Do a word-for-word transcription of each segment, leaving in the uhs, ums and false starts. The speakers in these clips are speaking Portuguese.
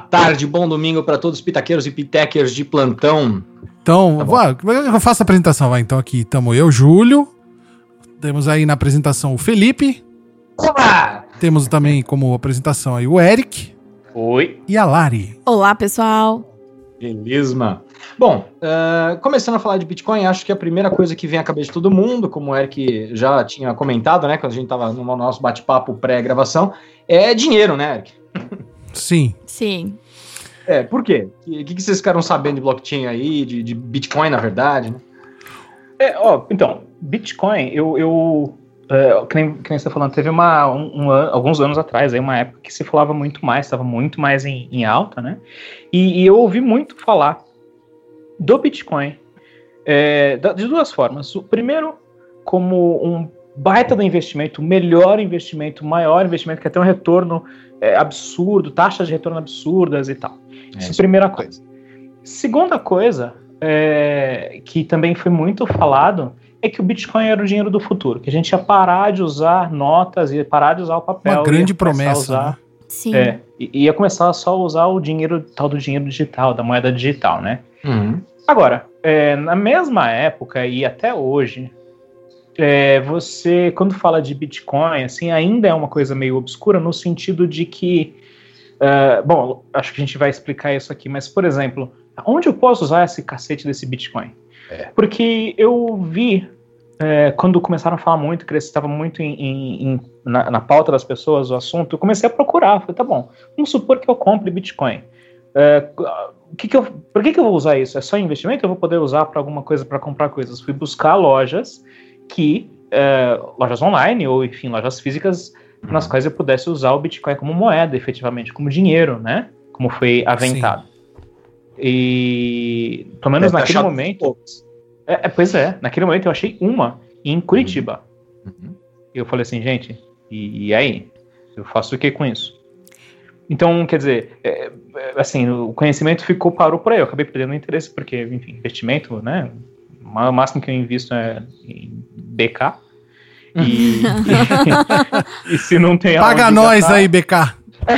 tarde, bom domingo para todos os pitaqueiros e pitechers de plantão. Então, tá vai, eu faço a apresentação, vai. Então aqui estamos eu, Júlio. Temos aí na apresentação o Felipe. Olá! Temos também como apresentação aí o Eric. Oi. E a Lari. Olá, pessoal. Beleza. Bom, uh, começando a falar de Bitcoin, acho que a primeira coisa que vem à cabeça de todo mundo, como o Eric já tinha comentado, né, quando a gente estava no nosso bate-papo pré-gravação, é dinheiro, né, Eric? Sim. Sim. É, por quê? O que, que vocês ficaram sabendo de blockchain aí, de, de Bitcoin, na verdade, né? É, ó, então, Bitcoin, eu... eu é, que, nem, que nem você tá falando, teve uma, um, um, alguns anos atrás, aí uma época que se falava muito mais, estava muito mais em, em alta, né? E, e eu ouvi muito falar do Bitcoin é, de duas formas. O primeiro, como um baita do investimento, o melhor investimento, o maior investimento, que até um retorno é, absurdo, taxas de retorno absurdas e tal. É, Isso é a primeira coisa. Segunda coisa, é, que também foi muito falado, é que o Bitcoin era o dinheiro do futuro, que a gente ia parar de usar notas, ia parar de usar o papel. Uma grande promessa, usar, né? Sim. É, ia começar só a usar o dinheiro, tal do dinheiro digital, da moeda digital, né? Uhum. Agora, é, na mesma época e até hoje, é, você, quando fala de Bitcoin, assim, ainda é uma coisa meio obscura no sentido de que, uh, bom, acho que a gente vai explicar isso aqui, mas, por exemplo, onde eu posso usar esse cacete desse Bitcoin? É. Porque eu vi, é, quando começaram a falar muito, que estava muito em, em, em, na, na pauta das pessoas o assunto, eu comecei a procurar, falei, tá bom, vamos supor que eu compre Bitcoin. É, que que eu, por que, que eu vou usar isso? É só investimento? Eu vou poder usar para alguma coisa, para comprar coisas? Fui buscar lojas que, é, lojas online ou, enfim, lojas físicas nas quais eu pudesse usar o Bitcoin como moeda, efetivamente, como dinheiro, né? Como foi aventado. Sim. E, pelo menos Deve naquele momento... É, é, pois é, naquele momento eu achei uma em Curitiba. Uhum. E eu falei assim, gente, e, e aí? Eu faço o que com isso? Então, quer dizer, é, assim, o conhecimento ficou, parou por aí. Eu acabei perdendo o interesse, porque, enfim, investimento, né? O máximo que eu invisto é em B K. E, e, e se não tem... Paga nós gastar... aí, B K.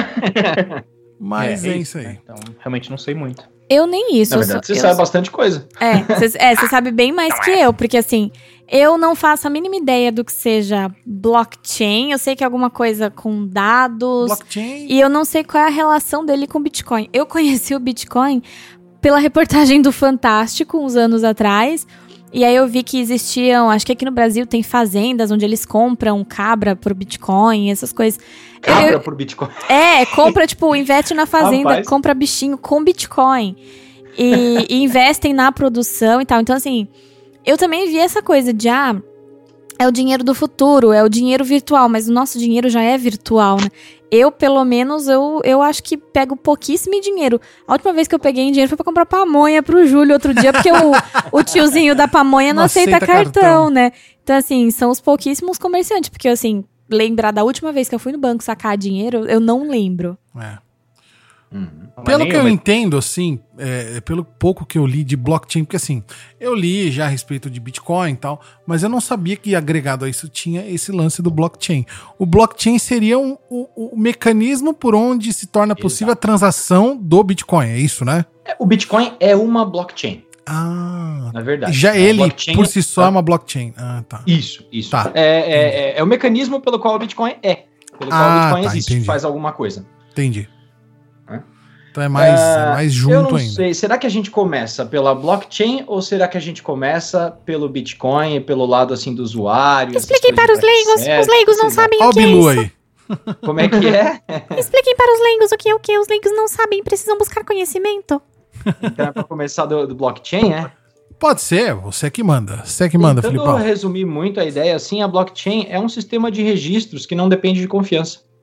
Mas é, é isso aí. Então, realmente não sei muito. Eu nem isso. Na verdade, sou, você eu, sabe bastante coisa. É, você é, sabe bem mais que eu, porque assim, eu não faço a mínima ideia do que seja blockchain, eu sei que é alguma coisa com dados, blockchain. E eu não sei qual é a relação dele com o Bitcoin. Eu conheci o Bitcoin pela reportagem do Fantástico, uns anos atrás, e aí eu vi que existiam, acho que aqui no Brasil tem fazendas onde eles compram cabra por Bitcoin, essas coisas. Cabra eu, por Bitcoin? É, compra, tipo, investe na fazenda, Rapaz. compra bichinho com Bitcoin. E, e investem na produção e tal. Então, assim, eu também vi essa coisa de, ah, é o dinheiro do futuro, é o dinheiro virtual, mas o nosso dinheiro já é virtual, né? Eu, pelo menos, eu, eu acho que pego pouquíssimo dinheiro. A última vez que eu peguei dinheiro foi pra comprar pamonha pro Júlio outro dia, porque o, o tiozinho da pamonha não, não aceita, aceita cartão, cartão, né? Então, assim, são os pouquíssimos comerciantes, porque, assim, lembrar da última vez que eu fui no banco sacar dinheiro, eu não lembro. É. Uhum. Pelo que eu entendo, assim, é, pelo pouco que eu li de blockchain, porque assim, eu li já a respeito de Bitcoin e tal, mas eu não sabia que agregado a isso tinha esse lance do blockchain. O blockchain seria um, o, o mecanismo por onde se torna possível Exato. A transação do Bitcoin, é isso, né? O Bitcoin é uma blockchain. Ah, na verdade. Já ele, por si só, é uma blockchain. Ah, tá. Isso, isso. Tá. É, é, é, é o mecanismo pelo qual o Bitcoin é. Pelo qual ah, o Bitcoin tá, existe, entendi. faz alguma coisa. Entendi. Então é mais, uh, é mais junto eu não ainda. Sei. Será que a gente começa pela blockchain ou será que a gente começa pelo Bitcoin, pelo lado assim do usuário? Expliquem para os leigos. Os leigos não sabem Ó o que é Bilu isso. Aí. Como é que é? Expliquem para os leigos o que é o que. Os leigos não sabem, precisam buscar conhecimento. Então é para começar do, do blockchain, é? Pode ser, você que manda. Você que manda, Tentando Filipão. resumir muito a ideia, assim, a blockchain é um sistema de registros que não depende de confiança.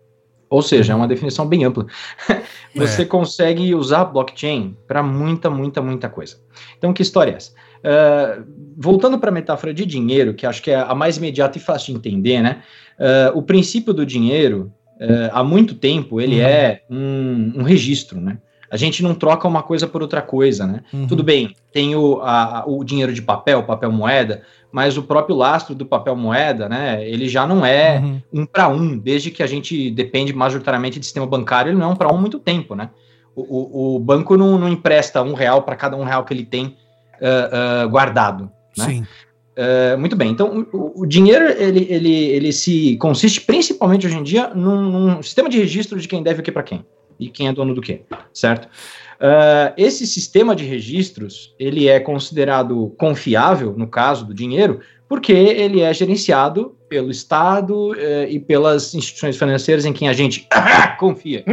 Ou seja, é uma definição bem ampla. Você é. consegue usar blockchain para muita, muita, muita coisa. Então, que história é essa? Uh, voltando para a metáfora de dinheiro, que acho que é a mais imediata e fácil de entender, né? Uh, o princípio do dinheiro, uh, há muito tempo, ele uhum. é um, um registro, né? A gente não troca uma coisa por outra coisa, né? Uhum. Tudo bem, tem o, a, o dinheiro de papel, papel moeda, mas o próprio lastro do papel moeda, né? Ele já não é uhum. um para um, desde que a gente depende majoritariamente de sistema bancário, ele não é um para um há muito tempo, né? O, o, o banco não, não empresta um real para cada um real que ele tem uh, uh, guardado. Né? Sim. Uh, muito bem, então o, o dinheiro ele, ele, ele se consiste principalmente hoje em dia num, num sistema de registro de quem deve o que para quem e quem é dono do que, certo? Uh, esse sistema de registros ele é considerado confiável no caso do dinheiro porque ele é gerenciado pelo Estado uh, e pelas instituições financeiras em quem a gente confia.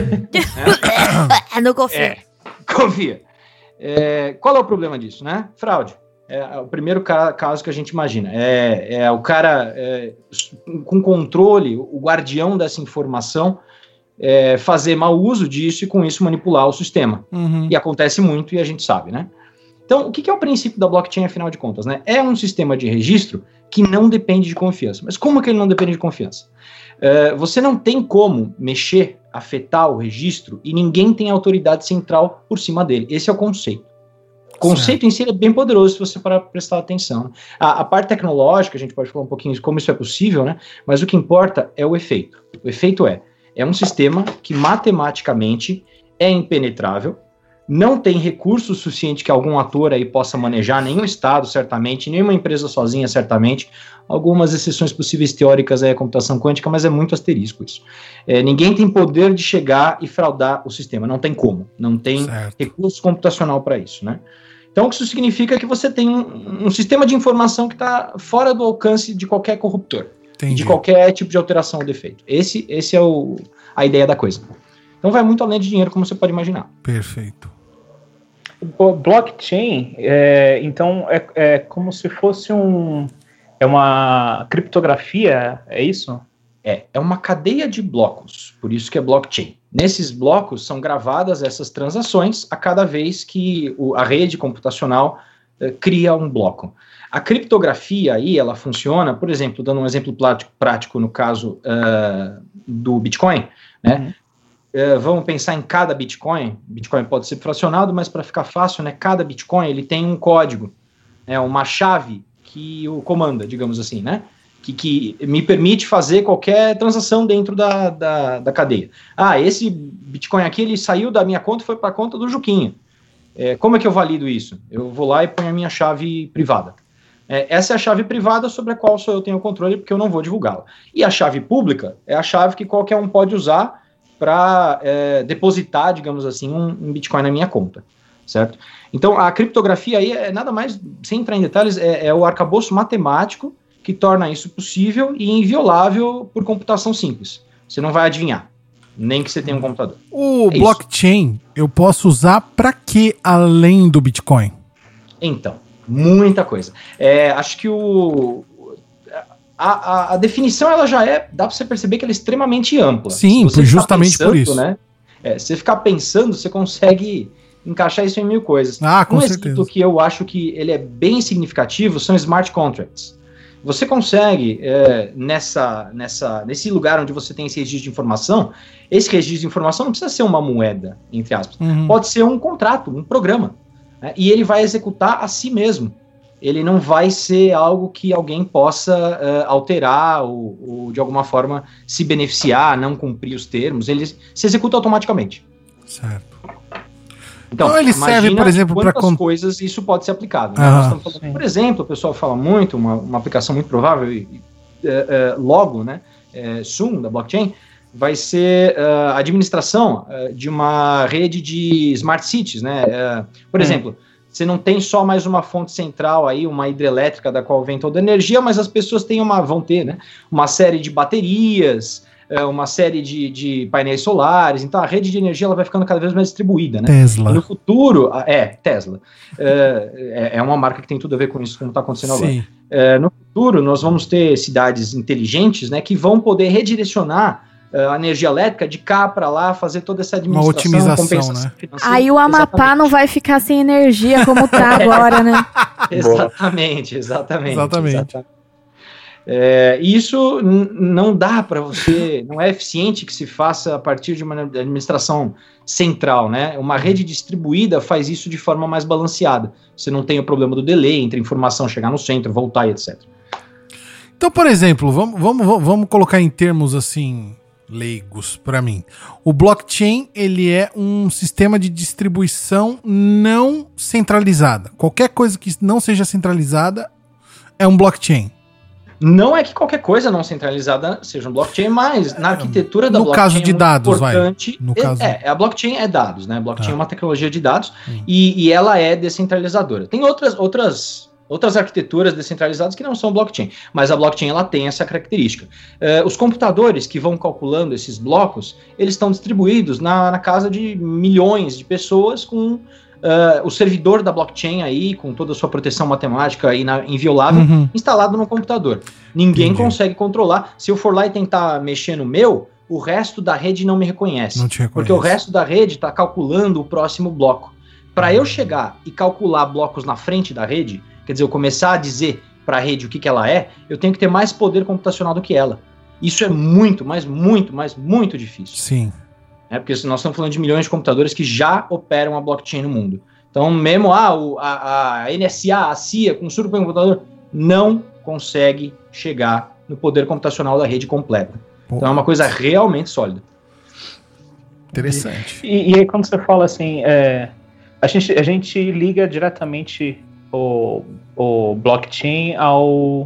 é. Não confia. É, confia. É, qual é o problema disso, né? Fraude. É o primeiro ca- caso que a gente imagina. É, é o cara é, com controle, o guardião dessa informação, é, fazer mau uso disso e com isso manipular o sistema. Uhum. E acontece muito e a gente sabe, né? Então, o que, que é o princípio da blockchain, afinal de contas, né? É um sistema de registro que não depende de confiança. Mas como que ele não depende de confiança? É, você não tem como mexer, afetar o registro e ninguém tem autoridade central por cima dele. Esse é o conceito. O conceito certo. Em si é bem poderoso se você parar para prestar atenção. A, a parte tecnológica, a gente pode falar um pouquinho de como isso é possível, né? Mas o que importa é o efeito. O efeito é, é um sistema que matematicamente é impenetrável, não tem recurso suficiente que algum ator aí possa manejar, nenhum Estado, certamente, nenhuma empresa sozinha, certamente. Algumas exceções possíveis teóricas é a computação quântica, mas é muito asterisco isso. É, ninguém tem poder de chegar e fraudar o sistema, não tem como, não tem certo. Recurso computacional para isso, né? Então, isso significa que você tem um, um sistema de informação que está fora do alcance de qualquer corruptor, Entendi. De qualquer tipo de alteração ou defeito. Esse, esse é o, a ideia da coisa. Então, vai muito além de dinheiro, como você pode imaginar. Perfeito. O blockchain, é, então, é, é como se fosse um, é uma criptografia, é isso? É, é uma cadeia de blocos, por isso que é blockchain. Nesses blocos são gravadas essas transações a cada vez que o, a rede computacional uh, cria um bloco. A criptografia aí, ela funciona, por exemplo, dando um exemplo prático, prático no caso uh, do Bitcoin, né? Uhum. Uh, vamos pensar em cada Bitcoin. Bitcoin pode ser fracionado, mas para ficar fácil, né? Cada Bitcoin ele tem um código, né? Uma chave que o comanda, digamos assim, né? Que, que me permite fazer qualquer transação dentro da, da, da cadeia. Ah, esse Bitcoin aqui, ele saiu da minha conta e foi para a conta do Juquinha. É, como é que eu valido isso? Eu vou lá e ponho a minha chave privada. É, essa é a chave privada sobre a qual só eu tenho controle, porque eu não vou divulgá-la. E a chave pública é a chave que qualquer um pode usar para é, depositar, digamos assim, um, um Bitcoin na minha conta, certo? Então, a criptografia aí é nada mais, sem entrar em detalhes, é, é o arcabouço matemático que torna isso possível e inviolável por computação simples. Você não vai adivinhar, nem que você tenha um computador. O é blockchain isso. Eu posso usar para que além do Bitcoin? Então, muita coisa. É, acho que o, a, a, a definição ela já é, dá para você perceber que ela é extremamente ampla. Sim, justamente pensando, por isso. Né, é, se você ficar pensando, você consegue encaixar isso em mil coisas. Ah, com um certeza. exemplo que eu acho que ele é bem significativo são smart contracts. Você consegue, é, nessa, nessa, nesse lugar onde você tem esse registro de informação, esse registro de informação não precisa ser uma moeda, entre aspas. Uhum. Pode ser um contrato, um programa. Né? E ele vai executar a si mesmo. Ele não vai ser algo que alguém possa uh, alterar ou, ou, de alguma forma, se beneficiar, não cumprir os termos. Ele se executa automaticamente. Certo. Então, então ele serve, por exemplo, para quantas coisas isso pode ser aplicado. Né? Ah, Nós estamos falando, por exemplo, o pessoal fala muito, uma, uma aplicação muito provável, e, uh, uh, logo, né, uh, soon, da blockchain, vai ser uh, a administração uh, de uma rede de smart cities. Né? Uh, por hum. exemplo, você não tem só mais uma fonte central, aí, uma hidrelétrica da qual vem toda a energia, mas as pessoas têm uma, vão ter né, uma série de baterias, uma série de, de painéis solares, então a rede de energia ela vai ficando cada vez mais distribuída, né? Tesla. E no futuro, é, Tesla, é, é uma marca que tem tudo a ver com isso, como está acontecendo Sim. agora. É, no futuro, nós vamos ter cidades inteligentes, né, que vão poder redirecionar a energia elétrica de cá para lá, fazer toda essa administração, uma otimização, né? Aí o Amapá exatamente. Não vai ficar sem energia como tá agora, né? exatamente, exatamente, exatamente. Exatamente. É, isso n- não dá para você, não é eficiente que se faça a partir de uma administração central, né? Uma rede distribuída faz isso de forma mais balanceada. Você não tem o problema do delay entre a informação chegar no centro, voltar e etcétera. Então, por exemplo, vamos, vamos, vamos colocar em termos assim leigos para mim. O blockchain, ele é um sistema de distribuição não centralizada. Qualquer coisa que não seja centralizada é um blockchain. Não é que qualquer coisa não centralizada seja um blockchain, mas na arquitetura da no blockchain... caso de é dados, importante, vai. No é, caso... é, a blockchain é dados, né? A blockchain Ah. é uma tecnologia de dados Hum. e, e ela é descentralizadora. Tem outras, outras, outras arquiteturas descentralizadas que não são blockchain, mas a blockchain ela tem essa característica. Uh, os computadores que vão calculando esses blocos, eles estão distribuídos na, na casa de milhões de pessoas com... Uh, o servidor da blockchain aí, com toda a sua proteção matemática ina- inviolável, Uhum. instalado no computador. Ninguém Entendi. consegue controlar. Se eu for lá e tentar mexer no meu, o resto da rede não me reconhece. Não te reconhece. Porque o resto da rede está calculando o próximo bloco. Para eu chegar e calcular blocos na frente da rede, quer dizer, eu começar a dizer para a rede o que, que ela é, eu tenho que ter mais poder computacional do que ela. Isso é muito, mas muito, mas muito difícil. Sim. É, porque nós estamos falando de milhões de computadores que já operam a blockchain no mundo. Então, mesmo ah, o, a, a N S A, a C I A, com um supercomputador, não consegue chegar no poder computacional da rede completa. Pô. Então, é uma coisa realmente sólida. Interessante. E, e aí quando você fala assim, é, a, gente, a gente liga diretamente o, o blockchain ao,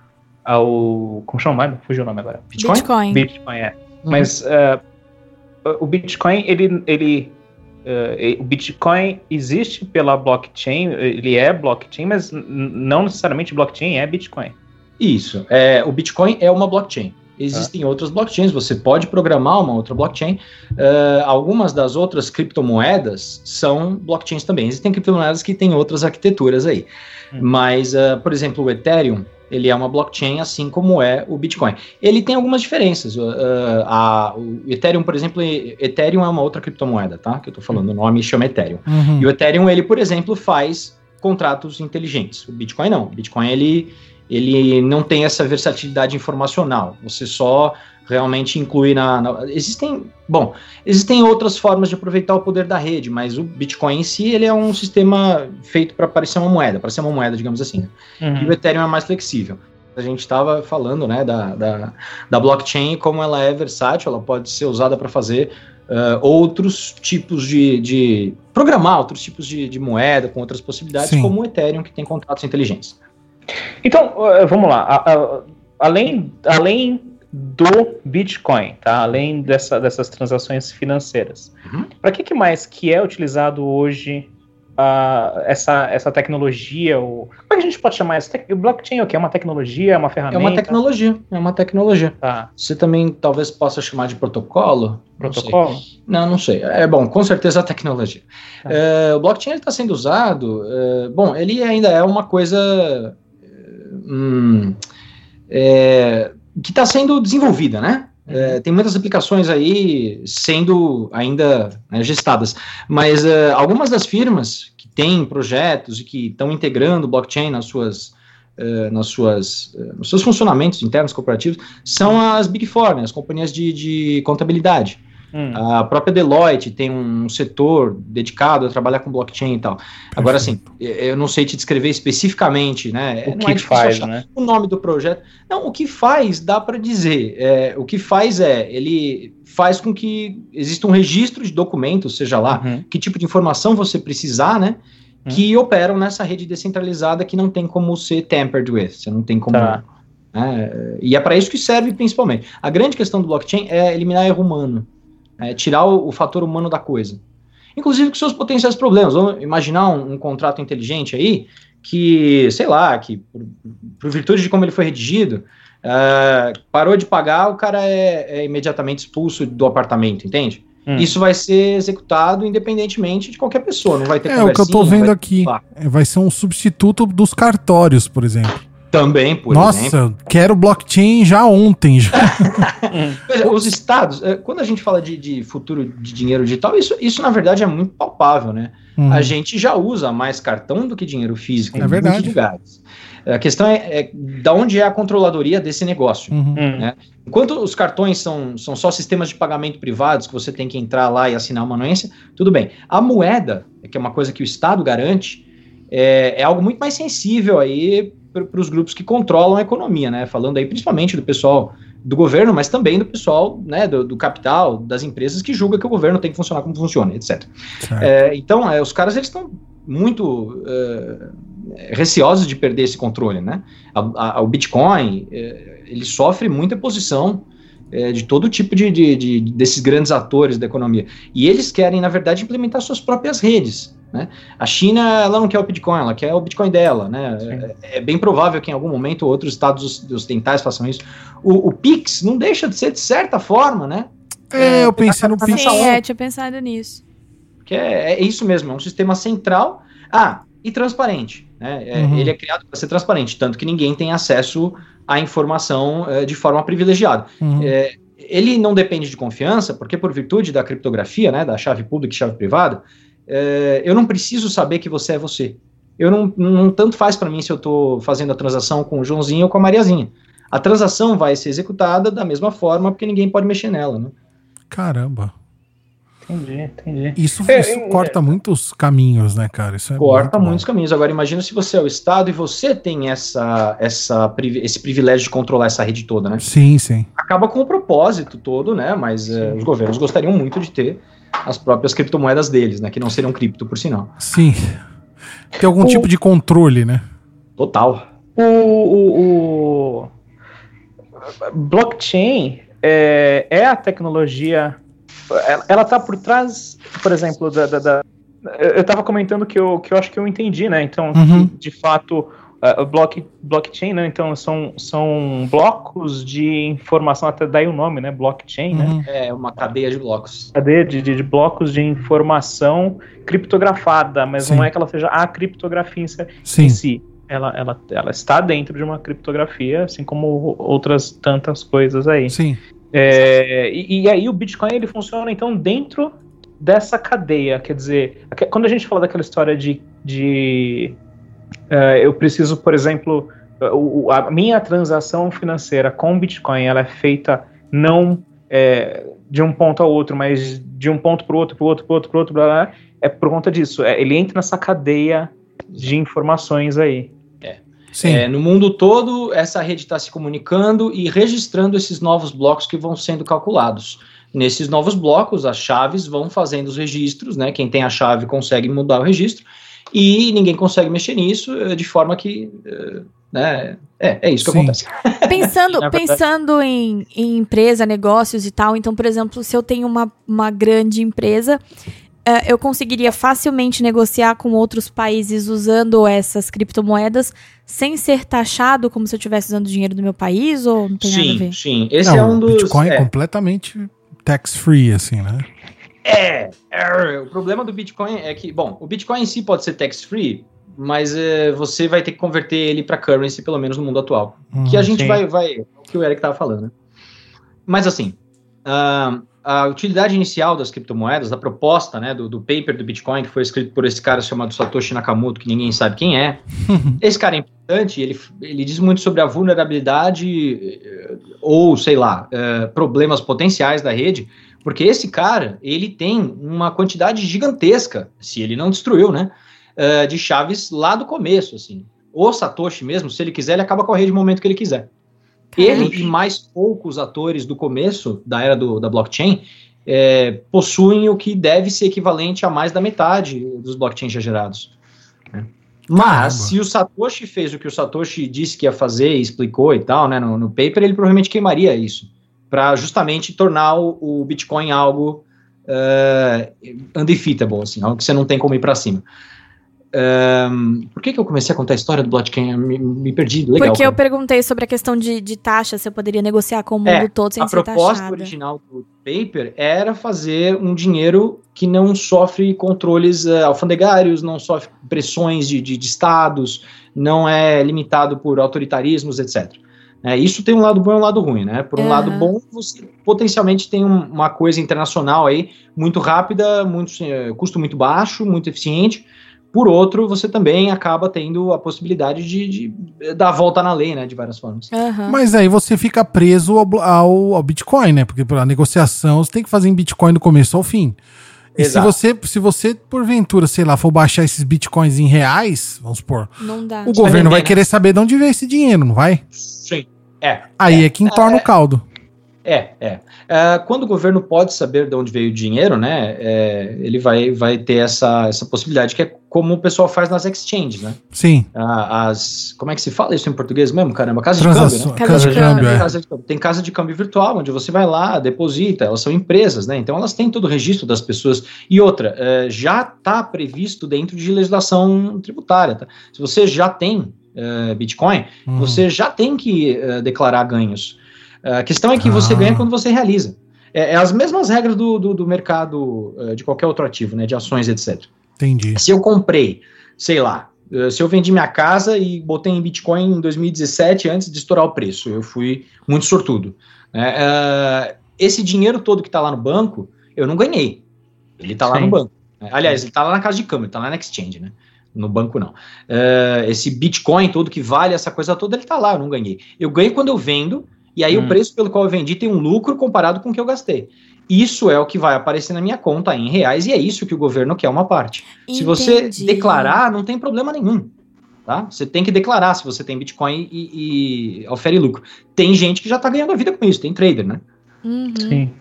ao... Como chama o nome? Fugiu o nome agora. Bitcoin? Bitcoin. Bitcoin, é. Uhum. Mas uh, o Bitcoin, ele... ele uh, o Bitcoin existe pela blockchain, ele é blockchain, mas n- não necessariamente blockchain é Bitcoin. Isso. É, o Bitcoin é uma blockchain. Existem ah. outras blockchains, você pode programar uma outra blockchain. Uh, algumas das outras criptomoedas são blockchains também. Existem criptomoedas que têm outras arquiteturas aí. Hum. Mas, uh, por exemplo, o Ethereum, ele é uma blockchain assim como é o Bitcoin. Ele tem algumas diferenças. Uh, a, o Ethereum, por exemplo, Ethereum é uma outra criptomoeda, tá? Que eu tô falando, o nome chama Ethereum. Uhum. E o Ethereum, ele, por exemplo, faz contratos inteligentes. O Bitcoin não. O Bitcoin, ele... ele não tem essa versatilidade informacional, você só realmente inclui na, na... Existem, bom, existem outras formas de aproveitar o poder da rede, mas o Bitcoin em si, ele é um sistema feito para parecer uma moeda, para ser uma moeda, digamos assim. Uhum. E o Ethereum é mais flexível. A gente estava falando, né, da, da, da blockchain, como ela é versátil, ela pode ser usada para fazer uh, outros tipos de, de... programar outros tipos de, de moeda, com outras possibilidades, Sim. como o Ethereum, que tem contratos inteligentes. Então, vamos lá, além, além do Bitcoin, tá? Além dessa, dessas transações financeiras, uhum. para que, que mais que é utilizado hoje uh, essa, essa tecnologia? Ou, como é que a gente pode chamar isso? O blockchain é o quê? É uma tecnologia, é uma ferramenta? É uma tecnologia, é uma tecnologia. Tá. Você também talvez possa chamar de protocolo? Protocolo? Não, não, não sei. É bom, com certeza a tecnologia. Tá. Uh, o blockchain está sendo usado, uh, bom, ele ainda é uma coisa... Hum, é, que está sendo desenvolvida, né? É, tem muitas aplicações aí sendo ainda né, gestadas, mas uh, algumas das firmas que têm projetos e que estão integrando o blockchain nas suas, uh, nas suas, uh, nos seus funcionamentos internos corporativos são as Big Four, né, as companhias de, de contabilidade. Hum. A própria Deloitte tem um setor dedicado a trabalhar com blockchain e tal. Perfeito. Agora, assim, eu não sei te descrever especificamente, né? O que é faz, né? O nome do projeto. Não, o que faz, dá para dizer. É, o que faz é, ele faz com que exista um registro de documentos, seja lá, uhum. que tipo de informação você precisar, né? Uhum. Que operam nessa rede descentralizada que não tem como ser tampered with. Você não tem como... Tá. Né? E é para isso que serve principalmente. A grande questão do blockchain é eliminar erro humano. É, tirar o, o fator humano da coisa. Inclusive com seus potenciais problemas. Vamos imaginar um, um contrato inteligente aí, que, sei lá, que por, por virtude de como ele foi redigido, uh, parou de pagar, o cara é, é imediatamente expulso do apartamento, entende? Hum. Isso vai ser executado independentemente de qualquer pessoa, não vai ter É, o que eu tô vendo aqui, vai ser um substituto dos cartórios, por exemplo. Também, por Nossa, exemplo. Nossa, quero blockchain já ontem. Já. Os estados, quando a gente fala de, de futuro de dinheiro digital, isso, isso na verdade é muito palpável, né? Uhum. A gente já usa mais cartão do que dinheiro físico é em verdade. muitos lugares. A questão é, é da onde é a controladoria desse negócio. Uhum. Né? Enquanto os cartões são, são só sistemas de pagamento privados, que você tem que entrar lá e assinar uma anuência, tudo bem. A moeda, que é uma coisa que o Estado garante, é, é algo muito mais sensível aí para os grupos que controlam a economia, né? Falando aí principalmente do pessoal do governo, mas também do pessoal, né, do, do capital, das empresas que julga que o governo tem que funcionar como funciona, etcétera. É, então, é, os caras eles estão muito uh, receosos de perder esse controle, né? A, a, o Bitcoin, é, ele sofre muita posição é, de todo tipo de, de, de, desses grandes atores da economia. E eles querem, na verdade, implementar suas próprias redes, né? A China, ela não quer o Bitcoin, ela quer o Bitcoin dela, né? É, é bem provável que em algum momento outros estados ocidentais façam isso. O, o Pix não deixa de ser de certa forma, né? É, é eu pensei no Pix. Sim, é, tinha pensado nisso. Que é, é isso mesmo, é um sistema central, ah, e transparente, né? É, uhum. Ele é criado para ser transparente, tanto que ninguém tem acesso à informação é, de forma privilegiada. Uhum. É, ele não depende de confiança, porque por virtude da criptografia, né, da chave pública e chave privada, é, eu não preciso saber que você é você. Eu não, não tanto faz para mim se eu estou fazendo a transação com o Joãozinho ou com a Mariazinha. A transação vai ser executada da mesma forma, porque ninguém pode mexer nela, né? Caramba. Entendi, entendi. Isso, isso é, corta é, muitos caminhos, né, cara? Isso é corta muitos caminhos. Agora, imagina se você é o Estado e você tem essa, essa, esse privilégio de controlar essa rede toda, né? Sim, sim. Acaba com o propósito todo, né? Mas uh, os governos gostariam muito de ter as próprias criptomoedas deles, né? Que não seriam cripto, por sinal. Sim. Tem algum o... tipo de controle, né? Total. O, o, o... blockchain é, é a tecnologia... Ela está por trás, por exemplo, da... da, da eu estava comentando que eu, que eu acho que eu entendi, né? Então, uhum. que, de fato, uh, block, blockchain, né? Então, são, são blocos de informação, até daí o nome, né? Blockchain, uhum. né? É uma cadeia de blocos. Cadeia de, de, de blocos de informação criptografada, mas Sim. não é que ela seja a criptografia em, em si. Ela, ela, ela está dentro de uma criptografia, assim como outras tantas coisas aí. Sim. É, e, e aí o Bitcoin ele funciona então dentro dessa cadeia, quer dizer, quando a gente fala daquela história de, de uh, eu preciso, por exemplo, uh, a minha transação financeira com Bitcoin, ela é feita não é, de um ponto ao outro, mas de um ponto para o outro, para o outro, para o outro, para o outro, blá, blá, é por conta disso, é, ele entra nessa cadeia de informações aí. É, no mundo todo, essa rede está se comunicando e registrando esses novos blocos que vão sendo calculados. Nesses novos blocos, as chaves vão fazendo os registros, né? Quem tem a chave consegue mudar o registro e ninguém consegue mexer nisso, de forma que... Né, é, é isso que Sim. acontece. Pensando, pensando em, em empresa, negócios e tal, então, por exemplo, se eu tenho uma, uma grande empresa... Uh, eu conseguiria facilmente negociar com outros países usando essas criptomoedas sem ser taxado como se eu estivesse usando dinheiro do meu país, ou não tem sim, nada a ver? Sim, esse não, é um dos... Bitcoin é, é completamente tax-free, assim, né? É, é, o problema do Bitcoin é que, bom, o Bitcoin em si pode ser tax-free, mas é, você vai ter que converter ele para currency, pelo menos no mundo atual. Hum, que a gente sim. vai, vai, o que o Eric estava falando, né? Mas assim... Uh, a utilidade inicial das criptomoedas, a proposta, né, do, do paper do Bitcoin, que foi escrito por esse cara chamado Satoshi Nakamoto, que ninguém sabe quem é. Esse cara é importante, ele, ele diz muito sobre a vulnerabilidade ou, sei lá, uh, problemas potenciais da rede, porque esse cara, ele tem uma quantidade gigantesca, se ele não destruiu, né, uh, de chaves lá do começo, assim. O Satoshi mesmo, se ele quiser, ele acaba com a rede no momento que ele quiser. Ele e mais poucos atores do começo da era do, da blockchain é, possuem o que deve ser equivalente a mais da metade dos blockchains já gerados. Né? Mas, Caramba. se o Satoshi fez o que o Satoshi disse que ia fazer e explicou e tal, né, no, no paper, ele provavelmente queimaria isso, para justamente tornar o, o Bitcoin algo uh, undefeatable, assim, algo que você não tem como ir para cima. Um, por que que eu comecei a contar a história do blockchain? Me, me perdi, legal. Porque cara. eu perguntei sobre a questão de, de taxa, se eu poderia negociar com o mundo é, todo sem ser taxado. A proposta original do paper era fazer um dinheiro que não sofre controles uh, alfandegários, não sofre pressões de, de, de estados, não é limitado por autoritarismos, etcétera. É, isso tem um lado bom e um lado ruim, né? Por um uhum. lado bom, você potencialmente tem um, uma coisa internacional aí, muito rápida, muito, uh, custo muito baixo, muito eficiente. Por outro, você também acaba tendo a possibilidade de, de dar a volta na lei, né, de várias formas. Uhum. Mas aí você fica preso ao, ao, ao Bitcoin, né? Porque a negociação você tem que fazer em Bitcoin do começo ao fim. E se você, se você, porventura, sei lá, for baixar esses Bitcoins em reais, vamos supor, não dá. o governo vai querer saber de onde veio esse dinheiro, não vai? Sim. É. Aí é, é que entorna é, o caldo. É, é. Uh, quando o governo pode saber de onde veio o dinheiro, né, é, ele vai, vai ter essa, essa possibilidade, que é como o pessoal faz nas exchanges, né? Sim. Uh, as, como é que se fala isso em português mesmo, caramba? Casa Transação, de câmbio, né? Casa, casa de de câmbio, câmbio, é. Casa de câmbio. Tem casa de câmbio virtual, onde você vai lá, deposita, elas são empresas, né? Então elas têm todo o registro das pessoas. E outra, uh, já está previsto dentro de legislação tributária, tá? Se você já tem uh, Bitcoin, uhum. você já tem que uh, declarar ganhos. A questão é que ah. você ganha quando você realiza. É, é as mesmas regras do, do, do mercado uh, de qualquer outro ativo, né, de ações, etcétera. Entendi. Se eu comprei, sei lá, uh, se eu vendi minha casa e botei em Bitcoin em dois mil e dezessete antes de estourar o preço, eu fui muito sortudo. Né? Uh, esse dinheiro todo que está lá no banco, eu não ganhei. Ele está lá no banco. Né? Aliás, ele está lá na casa de câmbio, ele está lá na exchange, né? No banco não. Uh, esse Bitcoin todo que vale essa coisa toda, ele está lá, eu não ganhei. Eu ganho quando eu vendo. E aí hum. o preço pelo qual eu vendi tem um lucro comparado com o que eu gastei. Isso é o que vai aparecer na minha conta em reais e é isso que o governo quer uma parte. Entendi. Se você declarar, não tem problema nenhum. Tá? Você tem que declarar se você tem Bitcoin e, e ofere lucro. Tem gente que já está ganhando a vida com isso, tem trader, né? Uhum. Sim.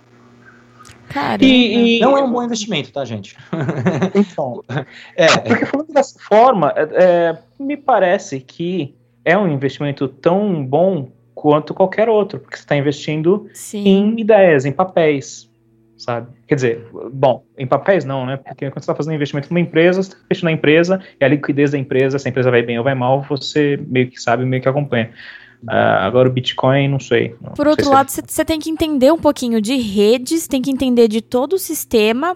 Caramba. E, e não é um bom investimento, tá, gente? Então, é, porque falando dessa forma, é, é, me parece que é um investimento tão bom quanto qualquer outro, porque você está investindo Sim. em ideias, em papéis, sabe? Quer dizer, bom, em papéis não, né? Porque quando você está fazendo investimento numa empresa, você está investindo na empresa, e a liquidez da empresa, se a empresa vai bem ou vai mal, você meio que sabe, meio que acompanha. Uh, agora o Bitcoin, não sei. Não Por outro sei lado, se... você tem que entender um pouquinho de redes, tem que entender de todo o sistema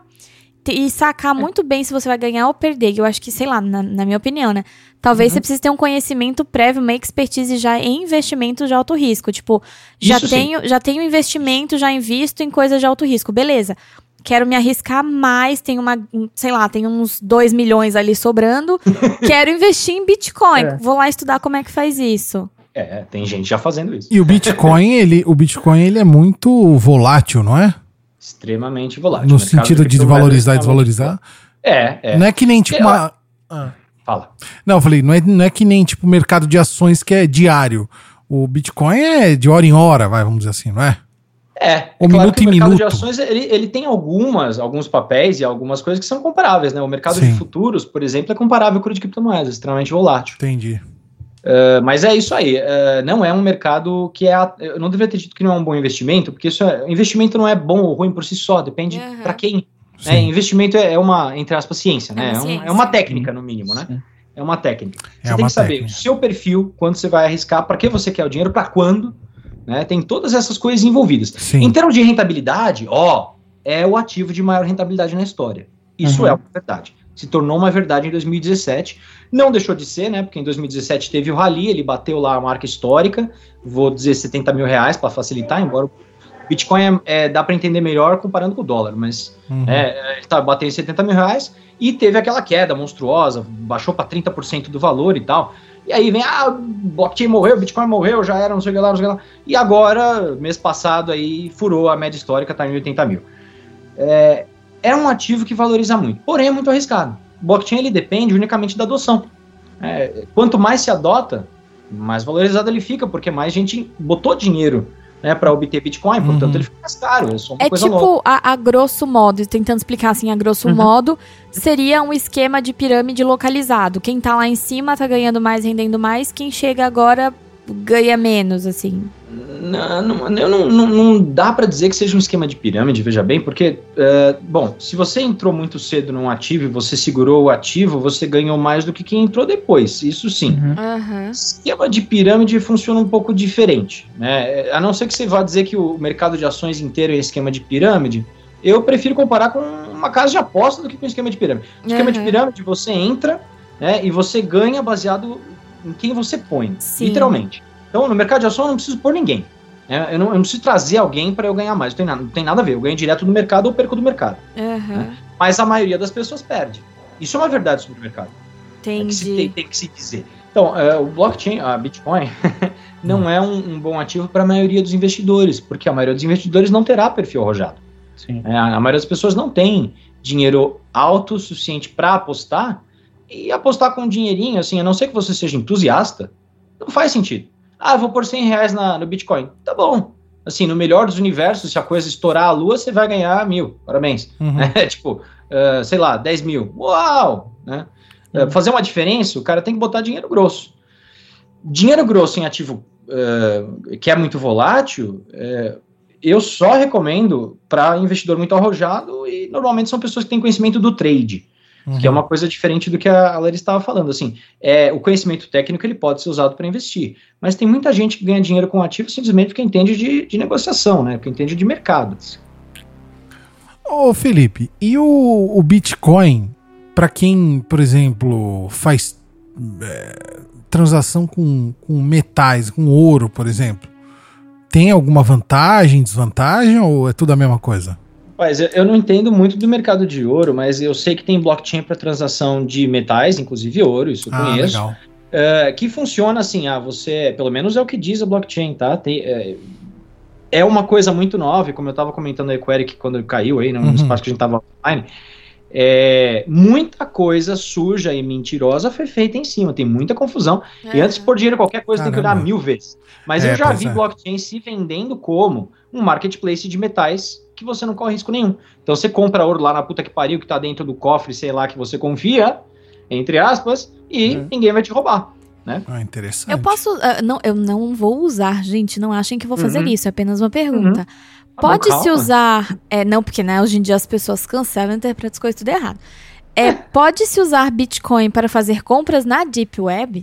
e sacar é. muito bem se você vai ganhar ou perder. Eu acho que, sei lá, na, na minha opinião, né? Talvez uhum. você precise ter um conhecimento prévio, uma expertise já em investimentos de alto risco. Tipo, já Isso tenho, já tenho investimento, já invisto em coisas de alto risco. Beleza. Quero me arriscar mais, tenho uma, sei lá, tenho uns dois milhões ali sobrando. Quero investir em Bitcoin. É. Vou lá estudar como é que faz isso. É, tem gente já fazendo isso. E o Bitcoin, ele, o Bitcoin, ele é muito volátil, não é? Extremamente volátil. No sentido de desvalorizar e desvalorizar? É, é. Não é que nem, tipo, é, uma... Ah. Fala. Não, eu falei, não é, não é que nem, tipo, mercado de ações que é diário. O Bitcoin é de hora em hora, vai, vamos dizer assim, não é? É, o é claro minuto que o em mercado minuto. de ações, ele, ele tem algumas, alguns papéis e algumas coisas que são comparáveis, né? O mercado Sim. de futuros, por exemplo, é comparável com o de criptomoedas, extremamente volátil. Entendi. Uh, mas é isso aí, uh, não é um mercado que é, eu não deveria ter dito que não é um bom investimento, porque isso é, investimento não é bom ou ruim por si só, depende uhum. para quem. Né? Investimento é, é uma, entre aspas, ciência, é né? Uma ciência. É, um, é uma técnica, no mínimo, né? Sim. É uma técnica. É você uma tem que saber técnica. o seu perfil, quando você vai arriscar, para que você quer o dinheiro, para quando, né? Tem todas essas coisas envolvidas. Sim. Em termos de rentabilidade, ó, é o ativo de maior rentabilidade na história. Isso uhum. é uma verdade. Se tornou uma verdade em dois mil e dezessete. Não deixou de ser, né? Porque em dois mil e dezessete teve o rally, ele bateu lá a marca histórica, vou dizer setenta mil reais para facilitar, embora o Bitcoin é, é, dá para entender melhor comparando com o dólar, mas uhum. é, ele tá batendo em setenta mil reais e teve aquela queda monstruosa, baixou para trinta por cento do valor e tal. E aí vem, ah, o blockchain morreu, o Bitcoin morreu, já era, não sei o que lá, não sei o que lá. E agora, mês passado aí, furou a média histórica, tá em oitenta mil. É, é um ativo que valoriza muito, porém é muito arriscado. O blockchain ele depende unicamente da adoção. É, quanto mais se adota, mais valorizado ele fica, porque mais gente botou dinheiro, né, para obter Bitcoin, portanto uhum. ele fica mais caro. É, só uma é coisa tipo, a, a grosso modo, tentando explicar assim, a grosso uhum. modo, seria um esquema de pirâmide localizado. Quem tá lá em cima tá ganhando mais, rendendo mais, quem chega agora ganha menos, assim. Não, não, não, não, não dá para dizer que seja um esquema de pirâmide, veja bem, porque, uh, bom, se você entrou muito cedo num ativo e você segurou o ativo, você ganhou mais do que quem entrou depois, isso sim. Uhum. Esquema de pirâmide funciona um pouco diferente, né? A não ser que você vá dizer que o mercado de ações inteiro é esquema de pirâmide, eu prefiro comparar com uma casa de aposta do que com um esquema de pirâmide. O esquema uhum. de pirâmide, você entra, né, e você ganha baseado em quem você põe, Sim. literalmente. Então, no mercado de ações, eu não preciso pôr ninguém. Eu não, eu não preciso trazer alguém para eu ganhar mais. Não tem, nada, não tem nada a ver. Eu ganho direto do mercado ou perco do mercado. Uhum. Né? Mas a maioria das pessoas perde. Isso é uma verdade sobre o mercado. Entendi. É que se tem, tem que se dizer. Então, uh, o blockchain, a Bitcoin, não é um, um bom ativo para a maioria dos investidores, porque a maioria dos investidores não terá perfil arrojado. Sim. É, a maioria das pessoas não tem dinheiro alto o suficiente para apostar, e apostar com um dinheirinho, assim, a não ser que você seja entusiasta, não faz sentido. Ah, vou pôr cem reais na, no Bitcoin. Tá bom. Assim, no melhor dos universos, se a coisa estourar a lua, você vai ganhar mil, parabéns. Uhum. É, tipo, uh, sei lá, dez mil. Uau! Né? Uhum. Uh, fazer uma diferença, o cara tem que botar dinheiro grosso. Dinheiro grosso em ativo uh, que é muito volátil, uh, eu só recomendo para investidor muito arrojado e normalmente são pessoas que têm conhecimento do trade. Uhum. Que é uma coisa diferente do que a Larissa estava falando, assim, é, o conhecimento técnico ele pode ser usado para investir, mas tem muita gente que ganha dinheiro com ativos simplesmente porque entende de, de negociação, né, porque entende de mercado. Ô Felipe, e o, o Bitcoin, para quem, por exemplo, faz é, transação com, com metais, com ouro, por exemplo, tem alguma vantagem, desvantagem ou é tudo a mesma coisa? Mas eu não entendo muito do mercado de ouro, mas eu sei que tem blockchain para transação de metais, inclusive ouro, isso eu ah, conheço. Legal. Uh, que funciona assim, ah, você, pelo menos é o que diz a blockchain, tá? Tem, é, é uma coisa muito nova, como eu estava comentando aí com o Eric quando caiu aí, no uhum. espaço que a gente estava online, é, muita coisa suja e mentirosa foi feita em cima, tem muita confusão. É. E antes de pôr dinheiro qualquer coisa, Caramba. Tem que olhar mil vezes. Mas é, eu já vi é. blockchain se vendendo como um marketplace de metais que você não corre risco nenhum. Então você compra ouro lá na puta que pariu, que tá dentro do cofre, sei lá, que você confia, entre aspas, e uhum. ninguém vai te roubar, né? Ah, interessante. Eu posso, uh, não, eu não vou usar, gente, não achem que vou fazer uhum. isso, é apenas uma pergunta. Uhum. Pode-se ah, usar, é, não, porque né, hoje em dia as pessoas cancelam e interpretam as coisas tudo errado. É, é. Pode-se usar Bitcoin para fazer compras na Deep Web?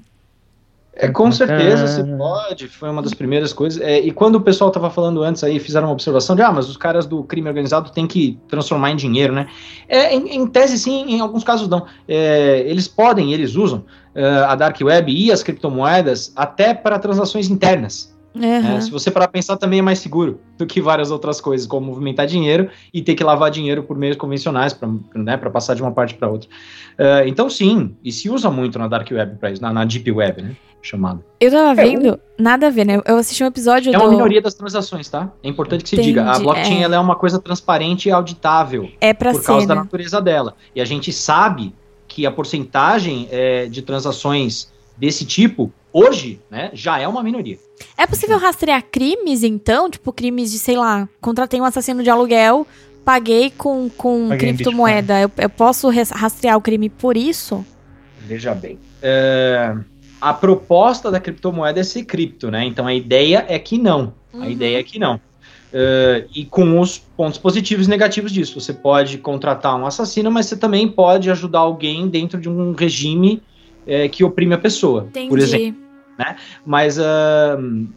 É, com certeza você pode, foi uma das primeiras coisas. É, e quando o pessoal estava falando antes aí, fizeram uma observação de, ah, mas os caras do crime organizado têm que transformar em dinheiro, né? É, em, em tese, sim, em alguns casos não. É, eles podem, eles usam uh, a Dark Web e as criptomoedas até para transações internas. Uhum. É, se você parar pra pensar, também é mais seguro do que várias outras coisas, como movimentar dinheiro e ter que lavar dinheiro por meios convencionais para né, passar de uma parte para outra. Uh, então, sim, e se usa muito na Dark Web para isso, na, na Deep Web, né? Chamado. Eu tava vendo, é, um... nada a ver, né? Eu assisti um episódio É do... uma minoria das transações, tá? É importante que se Entendi, diga. A blockchain é... ela é uma coisa transparente e auditável. É pra por ser, causa né? da natureza dela. E a gente sabe que a porcentagem é, de transações desse tipo, hoje, né, já é uma minoria. É possível rastrear crimes, então? Tipo, crimes de, sei lá, contratei um assassino de aluguel, paguei com, com paguei criptomoeda. Eu, eu posso rastrear o crime por isso? Veja bem. É... A proposta da criptomoeda é ser cripto, né? Então a ideia é que não. Uhum. A ideia é que não. Uh, e com os pontos positivos e negativos disso. Você pode contratar um assassino, mas você também pode ajudar alguém dentro de um regime uh, que oprime a pessoa, Entendi. Por exemplo. Né? Mas uh,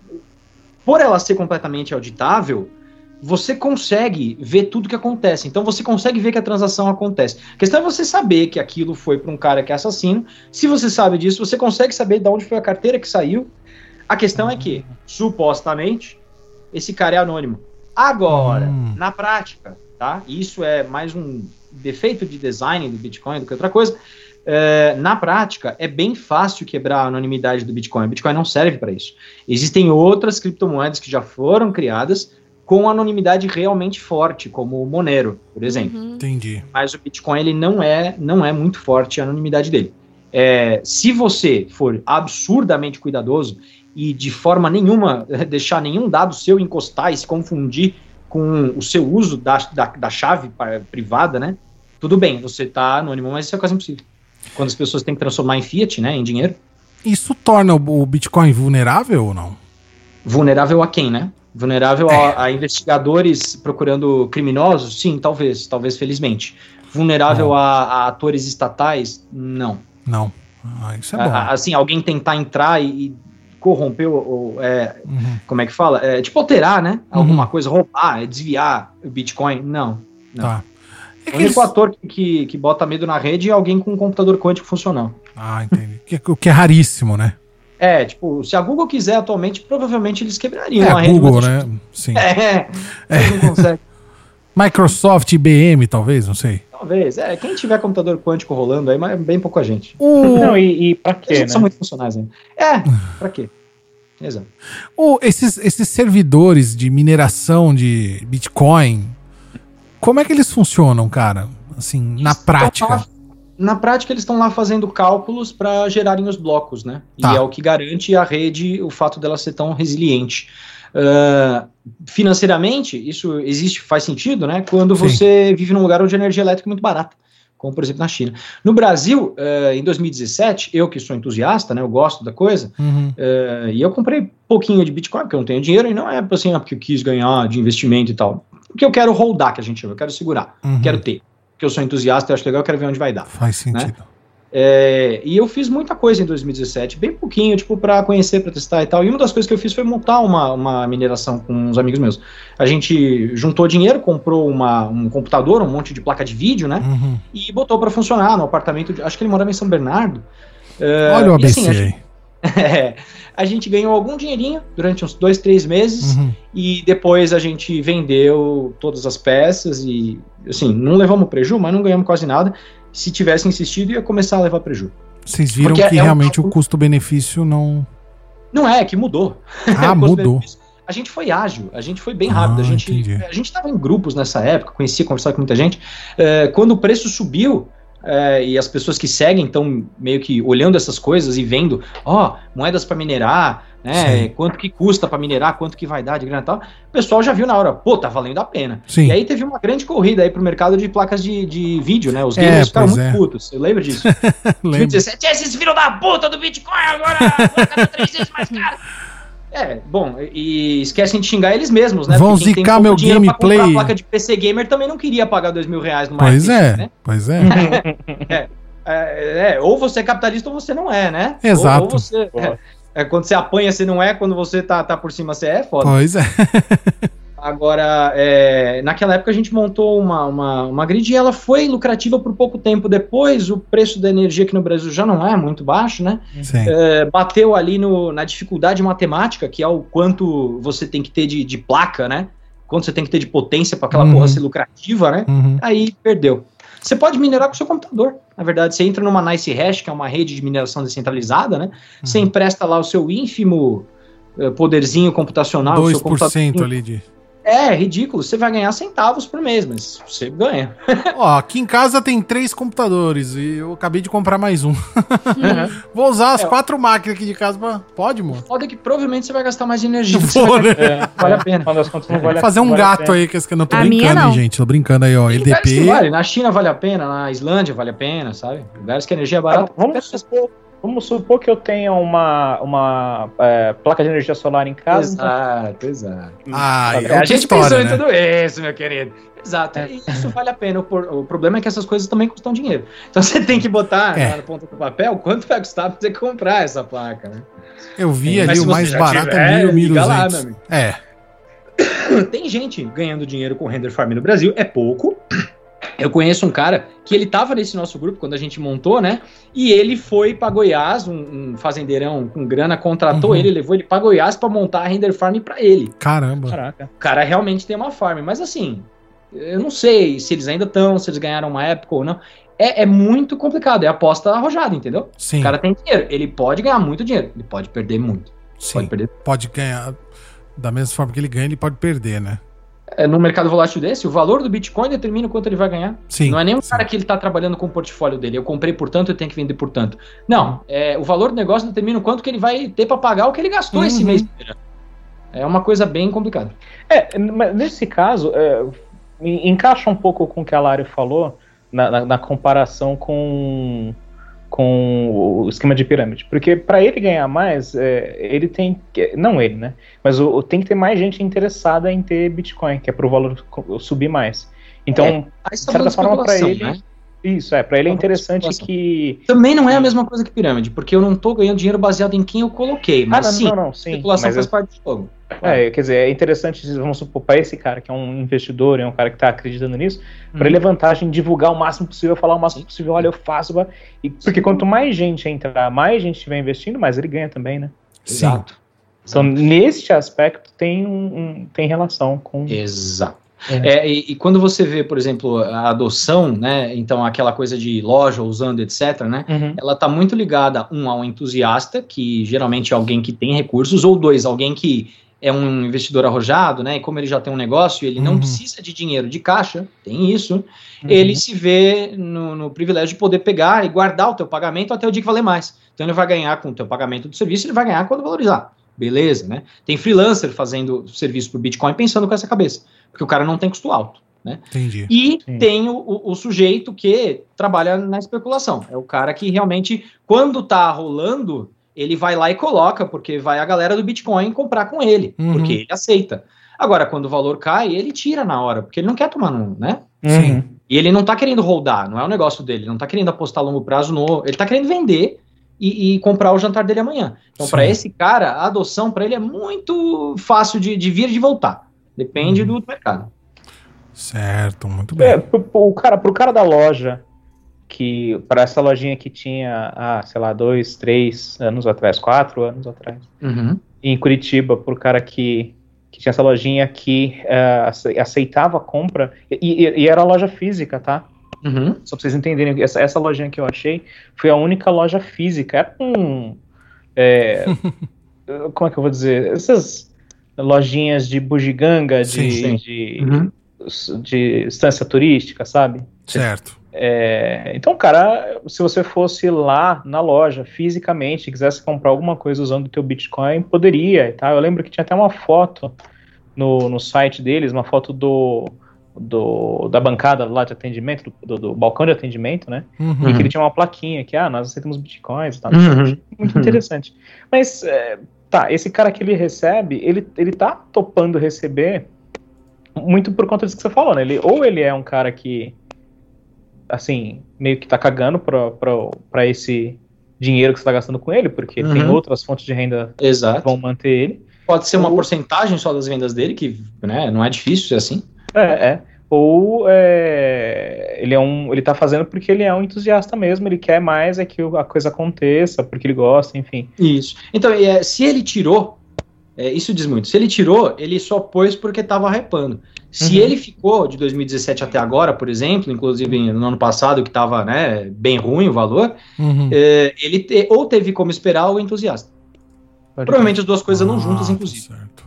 por ela ser completamente auditável, você consegue ver tudo que acontece. Então você consegue ver que a transação acontece. A questão é você saber que aquilo foi para um cara que é assassino. Se você sabe disso, você consegue saber de onde foi a carteira que saiu. A questão é que, supostamente, esse cara é anônimo. Agora, hum. na prática, tá? Isso é mais um defeito de design do Bitcoin do que outra coisa. É, na prática, é bem fácil quebrar a anonimidade do Bitcoin. O Bitcoin não serve para isso. Existem outras criptomoedas que já foram criadas com anonimidade realmente forte, como o Monero, por exemplo. Uhum. Entendi. Mas o Bitcoin ele não é, não é muito forte a anonimidade dele. É, se você for absurdamente cuidadoso e de forma nenhuma deixar nenhum dado seu encostar e se confundir com o seu uso da, da, da chave privada, né? Tudo bem, você está anônimo, mas isso é quase impossível. Quando as pessoas têm que transformar em fiat, né, em dinheiro. Isso torna o Bitcoin vulnerável ou não? Vulnerável a quem, né? Vulnerável é. a, a investigadores procurando criminosos? Sim, talvez, talvez felizmente. Vulnerável a, a atores estatais? Não. Não. Ah, isso é bom. A, assim, alguém tentar entrar e, e corromper, ou, ou é, uhum. como é que fala? É, tipo alterar, né? Alguma uhum. coisa, roubar, desviar o Bitcoin? Não. não. Tá. É o único eles... ator que, que, que bota medo na rede é alguém com um computador quântico funcional. Ah, entendi. O que é raríssimo, né? É, tipo, se a Google quiser atualmente, provavelmente eles quebrariam é, a rede. Google, né? Sim. É, é. Não consegue. Microsoft, I B M, talvez, não sei. Talvez, é. Quem tiver computador quântico rolando aí, mas é bem pouca gente. Uh, não, e, e pra quê, Eles né? são muito funcionais ainda. É, pra quê? Exato. Uh, esses, esses servidores de mineração de Bitcoin, como é que eles funcionam, cara? Assim, na prática. Na prática, eles estão lá fazendo cálculos para gerarem os blocos, né? Tá. E é o que garante a rede, o fato dela ser tão resiliente. Uh, financeiramente, isso existe, faz sentido, né? Quando Sim. você vive num lugar onde a energia elétrica é muito barata, como por exemplo na China. No Brasil, uh, em dois mil e dezessete, eu que sou entusiasta, né? Eu gosto da coisa, Uhum. uh, e eu comprei pouquinho de Bitcoin, porque eu não tenho dinheiro, e não é assim, ah, porque eu quis ganhar de investimento e tal. Porque eu quero holdar, que a gente chama, eu quero segurar, Uhum. quero ter. Porque eu sou entusiasta, eu acho legal, eu quero ver onde vai dar. Faz sentido. É, e eu fiz muita coisa em dois mil e dezessete, bem pouquinho, tipo, para conhecer, para testar e tal. E uma das coisas que eu fiz foi montar uma, uma mineração com uns amigos meus. A gente juntou dinheiro, comprou uma, um computador, um monte de placa de vídeo, né? Uhum. E botou para funcionar no apartamento, de, acho que ele morava em São Bernardo. Olha o A B C assim, a aí. gente, é, a gente ganhou algum dinheirinho durante uns dois, três meses. Uhum. E depois a gente vendeu todas as peças e, assim, não levamos preju, mas não ganhamos quase nada. Se tivesse insistido, ia começar a levar preju. Vocês viram Porque que é um realmente cálculo- o custo-benefício não... Não é, que mudou. Ah, mudou. A gente foi ágil, a gente foi bem Ah, rápido. A gente entendi. a gente estava em grupos nessa época, conhecia, conversava com muita gente. É, quando o preço subiu, é, e as pessoas que seguem estão meio que olhando essas coisas e vendo, ó, moedas para minerar, né? Sim. Quanto que custa para minerar, quanto que vai dar de grana e tal. O pessoal já viu na hora, pô, tá valendo a pena. Sim. E aí teve uma grande corrida aí pro mercado de placas de, de vídeo, né? Os É, gamers ficaram pois muito é. putos. Eu lembro disso. Lembro. dois mil e dezessete, esses filhos da puta do Bitcoin agora, agora tá três vezes mais caro. É, bom, e esquecem de xingar eles mesmos, né? Vão Porque quem tem zicar pouco meu dinheiro pra gameplay. comprar placa de P C Gamer também não queria pagar dois mil reais numa Pois R T X, é, né? pois é. É, é, é, ou você é capitalista ou você não é, né? Exato. Ou, ou você, é, é, quando você apanha, você não é, quando você tá, tá por cima, você é, foda. Pois é. Agora, é, naquela época a gente montou uma, uma, uma grid e ela foi lucrativa por pouco tempo depois. O preço da energia aqui no Brasil já não é muito baixo, né? Sim. É, bateu ali no, na dificuldade matemática, que é o quanto você tem que ter de, de placa, né? Quanto você tem que ter de potência para aquela Uhum. porra ser lucrativa, né? Uhum. Aí perdeu. Você pode minerar com o seu computador. Na verdade, você entra numa Nice Hash, que é uma rede de mineração descentralizada, né? Você Uhum. empresta lá o seu ínfimo eh, poderzinho computacional, o dois seu por cento computador. ali de... É, ridículo. Você vai ganhar centavos por mês, mas você ganha. Ó, aqui em casa tem três computadores e eu acabei de comprar mais um. Vou usar as É. quatro máquinas aqui de casa pra... Pode, mano? Foda que provavelmente você vai gastar mais energia. do que Vou, você vai né? gastar. É, Vale a pena. Quando as contas não vale a- Fazer um vale a gato pena. aí, que eu não tô A minha brincando, hein, não. gente. Tô brincando aí, ó. Tem lugares que L D P. vale. Na China vale a pena, na Islândia vale a pena, sabe? Lugares que a energia é barata. Ah, vamos, supor, vamos supor que eu tenha uma, uma é, placa de energia solar em casa. Exato, exato. Ah, É, é É, a outra gente história, pensou né? em tudo isso, meu querido. Exato, É. e isso vale a pena. O, por- o problema é que essas coisas também custam dinheiro. Então você tem que botar É. lá na ponta do papel quanto vai custar pra você comprar essa placa, né? Eu vi Mas ali se o você mais já barato tiver, é mil, mil e liga lá, duzentos. meu amigo. É. Tem gente ganhando dinheiro com render farm no Brasil, é pouco. Eu conheço um cara que ele tava nesse nosso grupo quando a gente montou, né? E ele foi pra Goiás, um, um fazendeirão com grana contratou Uhum. ele, levou ele pra Goiás pra montar a render farm pra ele. Caramba. Caraca. O cara realmente tem uma farm, mas assim, eu não sei se eles ainda estão, se eles ganharam uma época ou não. É, é muito complicado, é aposta arrojada, entendeu? Sim, O cara tem dinheiro, ele pode ganhar muito dinheiro, ele pode perder muito. sim. Pode perder. Pode ganhar. Da mesma forma que ele ganha, ele pode perder, né? É, no mercado volátil desse, o valor do Bitcoin determina quanto ele vai ganhar. Sim. Não é nem um sim. cara que ele está trabalhando com o portfólio dele. Eu comprei por tanto, eu tenho que vender por tanto. Não, é, o valor do negócio determina o quanto que ele vai ter para pagar o que ele gastou Uhum. esse mês. É uma coisa bem complicada. É, mas nesse caso, é, en- encaixa um pouco com o que a Lari falou na, na- na comparação com, com o esquema de pirâmide. Porque para ele ganhar mais, é, ele tem que. Não ele, né? Mas o, o- tem que ter mais gente interessada em ter Bitcoin, que é para o valor co- subir mais. Então, É, Aí de certa forma, para ele. né? Isso, é, para ele é Tá falando de interessante especulação. que. Também não é a mesma coisa que pirâmide, porque eu não tô ganhando dinheiro baseado em quem eu coloquei. Mas ah, não, sim, não, não, sim. especulação Mas faz eu- parte do jogo. É, quer dizer, é interessante, vamos supor, para esse cara que é um investidor, é um cara que está acreditando nisso, para ele é vantagem divulgar o máximo possível, falar o máximo Sim. possível, olha, eu faço, ba- e, porque quanto mais gente entrar, mais gente estiver investindo, mais ele ganha também, né? Sim. Exato. Então, neste aspecto, tem, um, um- tem relação com... Exato. É. É, e, e quando você vê, por exemplo, a adoção, né? Então, aquela coisa de loja usando, etc, né? Uhum. Ela está muito ligada, um, ao entusiasta, que geralmente é alguém que tem recursos, ou dois, alguém que é um investidor arrojado, né? E como ele já tem um negócio, ele não uhum. precisa de dinheiro de caixa, tem isso, uhum. ele se vê no, no privilégio de poder pegar e guardar o teu pagamento até o dia que valer mais. Então ele vai ganhar com o teu pagamento do serviço, ele vai ganhar quando valorizar. Beleza, né? Tem freelancer fazendo serviço por Bitcoin pensando com essa cabeça, porque o cara não tem custo alto, né? Entendi. E Sim. tem o, o, o sujeito que trabalha na especulação. É o cara que realmente, quando tá rolando, ele vai lá e coloca, porque vai a galera do Bitcoin comprar com ele, uhum. porque ele aceita. Agora, quando o valor cai, ele tira na hora, porque ele não quer tomar, no, né? Sim. E ele não tá querendo holdar, não é o negócio dele, ele não tá querendo apostar a longo prazo, no, ele tá querendo vender e, e comprar o jantar dele amanhã. Então, para esse cara, a adoção para ele é muito fácil de, de vir e de voltar. Depende uhum. do mercado. Certo, muito bem. É, pro, pro cara, pro cara da loja, que para essa lojinha que tinha, ah, sei lá, dois, três anos atrás, quatro anos atrás, uhum. em Curitiba, por cara que, que tinha essa lojinha que uh, aceitava a compra, e, e, e era loja física, tá? Uhum. Só pra vocês entenderem, essa, essa lojinha que eu achei foi a única loja física. Era um... É, como é que eu vou dizer? Essas lojinhas de bugiganga, de, sim, sim. de, uhum. de estância turística, sabe? Certo. É, então, cara, se você fosse lá na loja fisicamente e quisesse comprar alguma coisa usando o teu Bitcoin, poderia, tá? Eu lembro que tinha até uma foto no, no site deles, uma foto do, do da bancada lá de atendimento, do, do, do balcão de atendimento, né? Uhum. E que ele tinha uma plaquinha que, ah, nós aceitamos Bitcoins e tal. Uhum. Muito interessante. Mas, é, tá, esse cara que ele recebe, ele, ele tá topando receber muito por conta disso que você falou, né? Ele, ou ele é um cara que assim, meio que tá cagando pra, pra, pra esse dinheiro que você tá gastando com ele, porque uhum. tem outras fontes de renda Exato. que vão manter ele. Pode ser ou, uma porcentagem só das vendas dele, que né, não é difícil ser assim. É, é. Ou é, ele, é um, ele tá fazendo porque ele é um entusiasta mesmo, ele quer mais é que a coisa aconteça, porque ele gosta, enfim. Isso. Então, é, se ele tirou, é, isso diz muito, se ele tirou, ele só pôs porque tava hypando. Se uhum. ele ficou de dois mil e dezessete até agora, por exemplo, inclusive no ano passado, que estava né, bem ruim o valor, uhum. é, ele te, ou teve como esperar ou entusiasta. Pode Provavelmente ver. As duas coisas ah, não juntas, inclusive.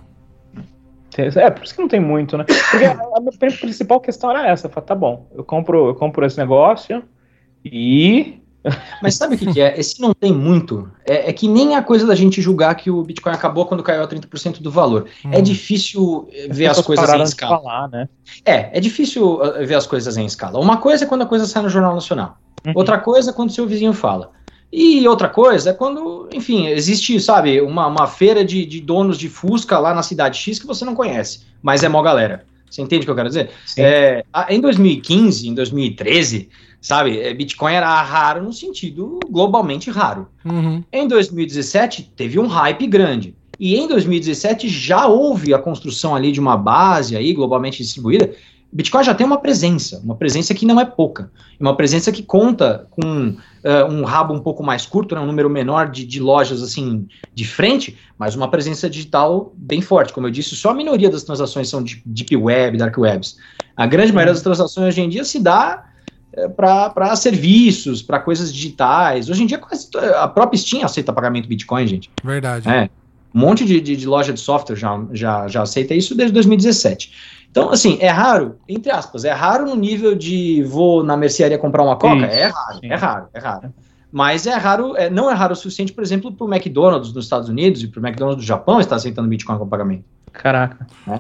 Certo. É, por isso que não tem muito, né? Porque a, a minha principal questão era essa. Fala, tá bom, eu compro, eu compro esse negócio e... Mas sabe o que, que é? Esse não tem muito. É, é que nem a coisa da gente julgar que o Bitcoin acabou quando caiu a trinta por cento do valor. Hum. É difícil ver as, as coisas em escala. Falar, né? É, é difícil ver as coisas em escala. Uma coisa é quando a coisa sai no Jornal Nacional. Uhum. Outra coisa é quando seu vizinho fala. E outra coisa é quando, enfim, existe, sabe, uma, uma feira de, de donos de Fusca lá na cidade X que você não conhece, mas é mó galera. Você entende o que eu quero dizer? É, em dois mil e quinze, em dois mil e treze, sabe, Bitcoin era raro no sentido globalmente raro. Uhum. Em dois mil e dezessete, teve um hype grande. E em dois mil e dezessete já houve a construção ali de uma base aí globalmente distribuída. Bitcoin já tem uma presença, uma presença que não é pouca. Uma presença que conta com uh, um rabo um pouco mais curto, né, um número menor de, de lojas assim de frente, mas uma presença digital bem forte. Como eu disse, só a minoria das transações são de Deep Web, Dark Webs. A grande uhum. maioria das transações hoje em dia se dá uh, para serviços, para coisas digitais. Hoje em dia quase a própria Steam aceita pagamento Bitcoin, gente. Verdade. É, um monte de, de, de loja de software já, já, já aceita isso desde dois mil e dezessete. Então, assim, é raro, entre aspas, é raro no nível de vou na mercearia comprar uma Coca? Isso, é raro, sim. é raro, é raro. Mas é raro, é, não é raro o suficiente, por exemplo, para o McDonald's nos Estados Unidos e para o McDonald's do Japão estar aceitando Bitcoin como pagamento. Caraca. É.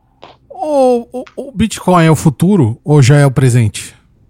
O, o, o Bitcoin é o futuro ou já é o presente?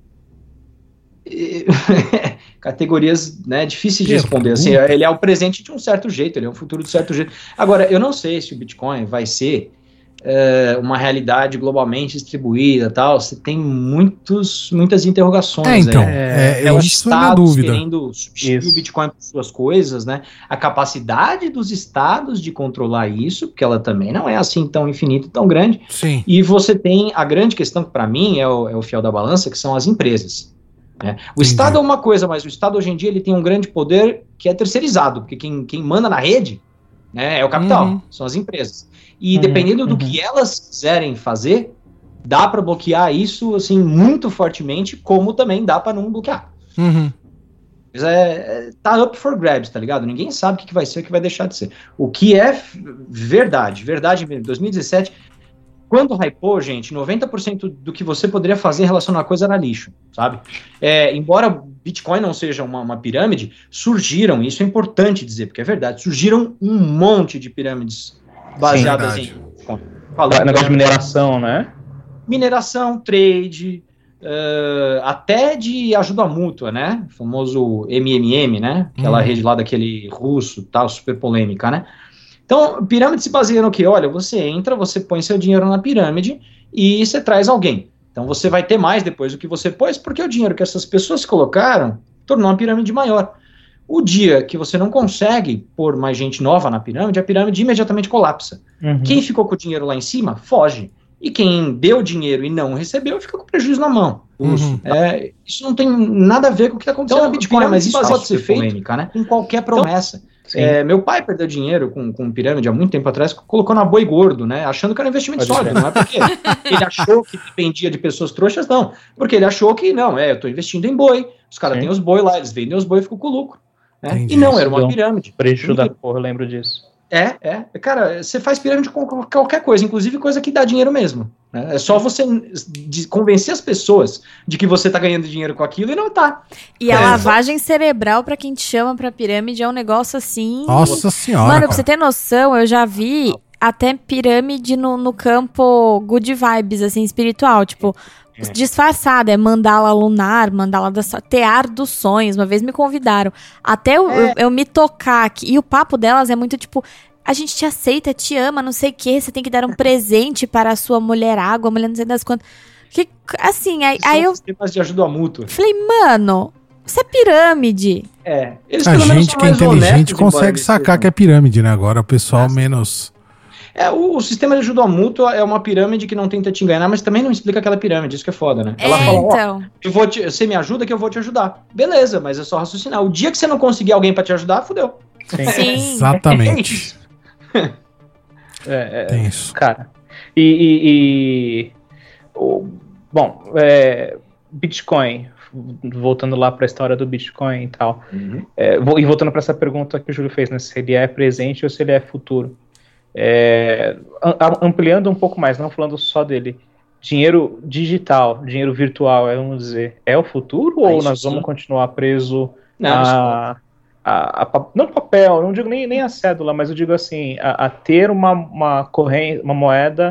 Categorias, né, difíceis de responder. Assim, ele é o presente de um certo jeito, ele é o futuro de um certo jeito. Agora, eu não sei se o Bitcoin vai ser é, uma realidade globalmente distribuída, tal. Você tem muitos, muitas interrogações. É, então, é, é, é, é os estados dúvida. querendo substituir isso. o Bitcoin por suas coisas, né? A capacidade dos estados de controlar isso, porque ela também não é assim tão infinita e tão grande. Sim. E você tem a grande questão que para mim é o, é o fiel da balança, que são as empresas. É. O Entendi. Estado é uma coisa, mas o Estado hoje em dia ele tem um grande poder que é terceirizado, porque quem, quem manda na rede, né, é o capital, uhum. são as empresas. E uhum, dependendo do uhum. que elas quiserem fazer, dá para bloquear isso assim muito fortemente, como também dá para não bloquear. Uhum. é, é, tá up for grabs, tá ligado? Ninguém sabe o que, que vai ser, o que vai deixar de ser. O que é f- verdade, verdade mesmo, dois mil e dezessete, quando hypou, gente, noventa por cento do que você poderia fazer em relação a coisa era lixo, sabe? É, embora Bitcoin não seja uma, uma pirâmide, surgiram, isso é importante dizer, porque é verdade, surgiram um monte de pirâmides baseadas Sim, em... Falando, negócio de mineração, né? Mineração, trade... Uh, até de ajuda mútua, né? O famoso M M M, né? Aquela hum. rede lá daquele russo, tal, super polêmica, né? Então, pirâmide se baseia no que? Olha, você entra, você põe seu dinheiro na pirâmide e você traz alguém. Então, você vai ter mais depois do que você pôs, porque o dinheiro que essas pessoas colocaram tornou a pirâmide maior. O dia que você não consegue pôr mais gente nova na pirâmide, a pirâmide imediatamente colapsa. Uhum. Quem ficou com o dinheiro lá em cima, foge. E quem deu dinheiro e não recebeu, fica com prejuízo na mão. Uhum. É, isso não tem nada a ver com o que está acontecendo então, no Bitcoin, mas isso pode ser feito polêmica, né? Com qualquer promessa. Então, é, meu pai perdeu dinheiro com, com pirâmide há muito tempo atrás, colocou na Boi Gordo, né? Achando que era um investimento pode sólido, ser. Não é porque ele achou que dependia de pessoas trouxas, não. Porque ele achou que, não, é, eu estou investindo em boi, os caras têm os boi lá, eles vendem os boi e ficam com lucro. Né? E não, era uma pirâmide. Preço da porra, eu lembro disso. É, é. Cara, você faz pirâmide com qualquer coisa, inclusive coisa que dá dinheiro mesmo. Né? É só você de convencer as pessoas de que você tá ganhando dinheiro com aquilo e não tá. E a é. lavagem cerebral, pra quem te chama pra pirâmide, é um negócio assim... Nossa senhora! Mano, pra você ter noção, eu já vi até pirâmide no, no campo good vibes, assim, espiritual. Tipo, é. disfarçada, é mandala lunar, mandala da tear dos sonhos. Uma vez me convidaram. Até eu, é. eu, eu me tocar aqui. E o papo delas é muito tipo... A gente te aceita, te ama, não sei o quê. Você tem que dar um presente para a sua mulher água, a mulher não sei das quantas. Que, assim, aí, aí eu... sistemas de ajuda mútua. Falei, mano, isso é pirâmide. É. Eles, a gente que é inteligente consegue sacar que é pirâmide, né? Agora o pessoal Nossa. menos... É, o, o sistema de ajuda mútua é uma pirâmide que não tenta te enganar, mas também não explica aquela pirâmide, isso que é foda, né? Ela é, fala, então. ó, eu vou te, você me ajuda que eu vou te ajudar. Beleza, mas é só raciocinar. O dia que você não conseguir alguém pra te ajudar, fudeu. Sim. Sim. Exatamente. É, é, isso. Cara, e, e, e o, bom, é, Bitcoin, voltando lá para a história do Bitcoin e tal, uhum. é, e voltando para essa pergunta que o Júlio fez, né, se ele é presente ou se ele é futuro, é, ampliando um pouco mais, não falando só dele, dinheiro digital, dinheiro virtual, vamos dizer, é o futuro ah, ou nós sim. vamos continuar preso não, a... A, a, não papel, não digo nem, nem a cédula, mas eu digo assim, a, a ter uma, uma corrente, uma moeda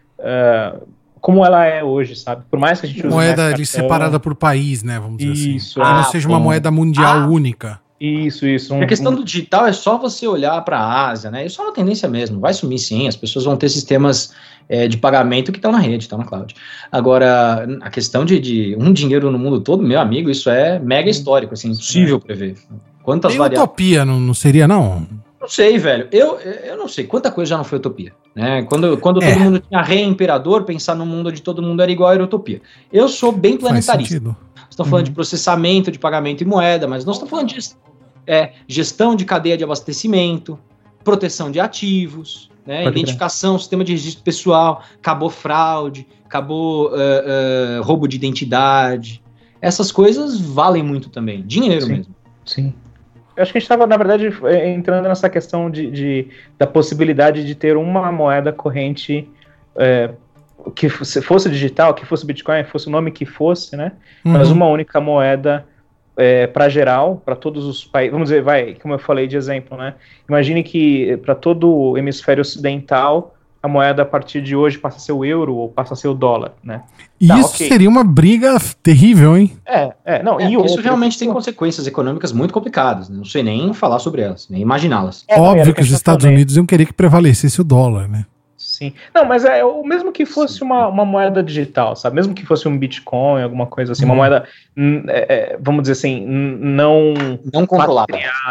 uh, como ela é hoje, sabe? Por mais que a gente use moeda ali separada por país, né? Vamos dizer assim. Isso. Que ah, não seja uma bom. moeda mundial ah, única. Isso, isso. Um, a questão um... do digital é só você olhar para a Ásia, né? Isso é uma tendência mesmo. Vai sumir sim, as pessoas vão ter sistemas é, de pagamento que estão na rede, estão na cloud. Agora, a questão de, de um dinheiro no mundo todo, meu amigo, isso é mega histórico, assim, impossível prever. Quantas Tem variáveis... utopia, não, não seria, não? Não sei, velho. Eu, eu não sei. Quanta coisa já não foi utopia. Né? Quando, quando é. todo mundo tinha rei imperador, pensar no mundo onde todo mundo era igual era utopia. Eu sou bem planetarista. Estamos falando uhum. de processamento, de pagamento e moeda, mas nós estamos falando de é, gestão de cadeia de abastecimento, proteção de ativos, né? Identificação, ver. sistema de registro pessoal, acabou fraude, acabou uh, uh, roubo de identidade. Essas coisas valem muito também. Dinheiro Sim. mesmo. Sim. Eu acho que a gente estava, na verdade, entrando nessa questão de, de, da possibilidade de ter uma moeda corrente é, que fosse digital, que fosse Bitcoin, fosse o nome que fosse, né? Uhum. Mas uma única moeda é, para geral, para todos os países. Vamos dizer, vai, como eu falei de exemplo, né? Imagine que para todo o hemisfério ocidental, a moeda a partir de hoje passa a ser o euro ou passa a ser o dólar, né? Isso tá, okay. seria uma briga terrível, hein? É, é, não, é, e isso realmente tem consequências econômicas muito complicadas, né? Não sei nem falar sobre elas, nem imaginá-las. É, óbvio que os Estados também. Unidos iam querer que prevalecesse o dólar, né? Sim. Não, mas é o mesmo que fosse uma, uma moeda digital, sabe? Mesmo que fosse um Bitcoin, alguma coisa assim, hum. uma moeda, é, é, vamos dizer assim, não... Não controlada.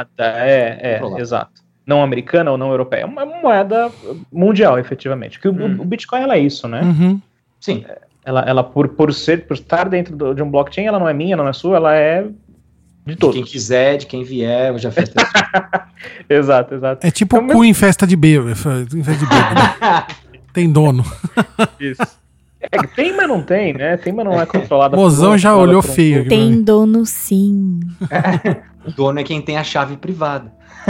É, é, controlada. Exato. Não americana ou não europeia. É uma moeda mundial, efetivamente. Porque hum. o, o Bitcoin, ela é isso, né? Uhum. Sim. Ela, ela por, por ser, por estar dentro do, de um blockchain, ela não é minha, não é sua, ela é de todos. De quem quiser, de quem vier, eu já fiz. Exato, exato. É tipo o então, cu meu... em festa de bêbado. Em festa de bêbado. Tem dono. Isso. É, tem, mas não tem, né? Tem, mas não é controlada. Mozão já olhou por um... feio. Aqui tem dono sim. O dono é quem tem a chave privada.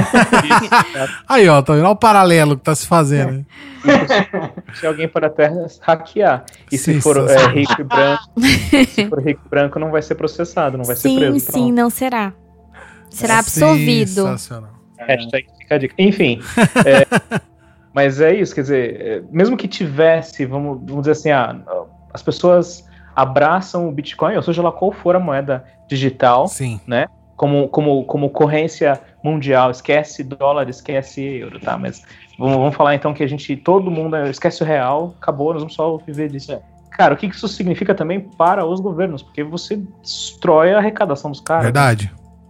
Aí, ó, tá vendo? Olha o paralelo que tá se fazendo. É. Se alguém para a Terra hackear. E se for é, rico e branco, se for rico e branco, não vai ser processado, não vai sim, ser preso. Sim, sim, não será. Será absolvido. Sensacional. Hashtag fica a dica. Enfim. É, mas é isso, quer dizer, mesmo que tivesse, vamos, vamos dizer assim, ah, as pessoas abraçam o Bitcoin, ou seja lá qual for a moeda digital, sim. né? Como, como, como corrência mundial, esquece dólar, esquece euro, tá? Mas vamos, vamos falar então que a gente, todo mundo, esquece o real, acabou, nós vamos só viver disso. É. Cara, o que isso significa também para os governos? Porque você destrói a arrecadação dos caras. Verdade.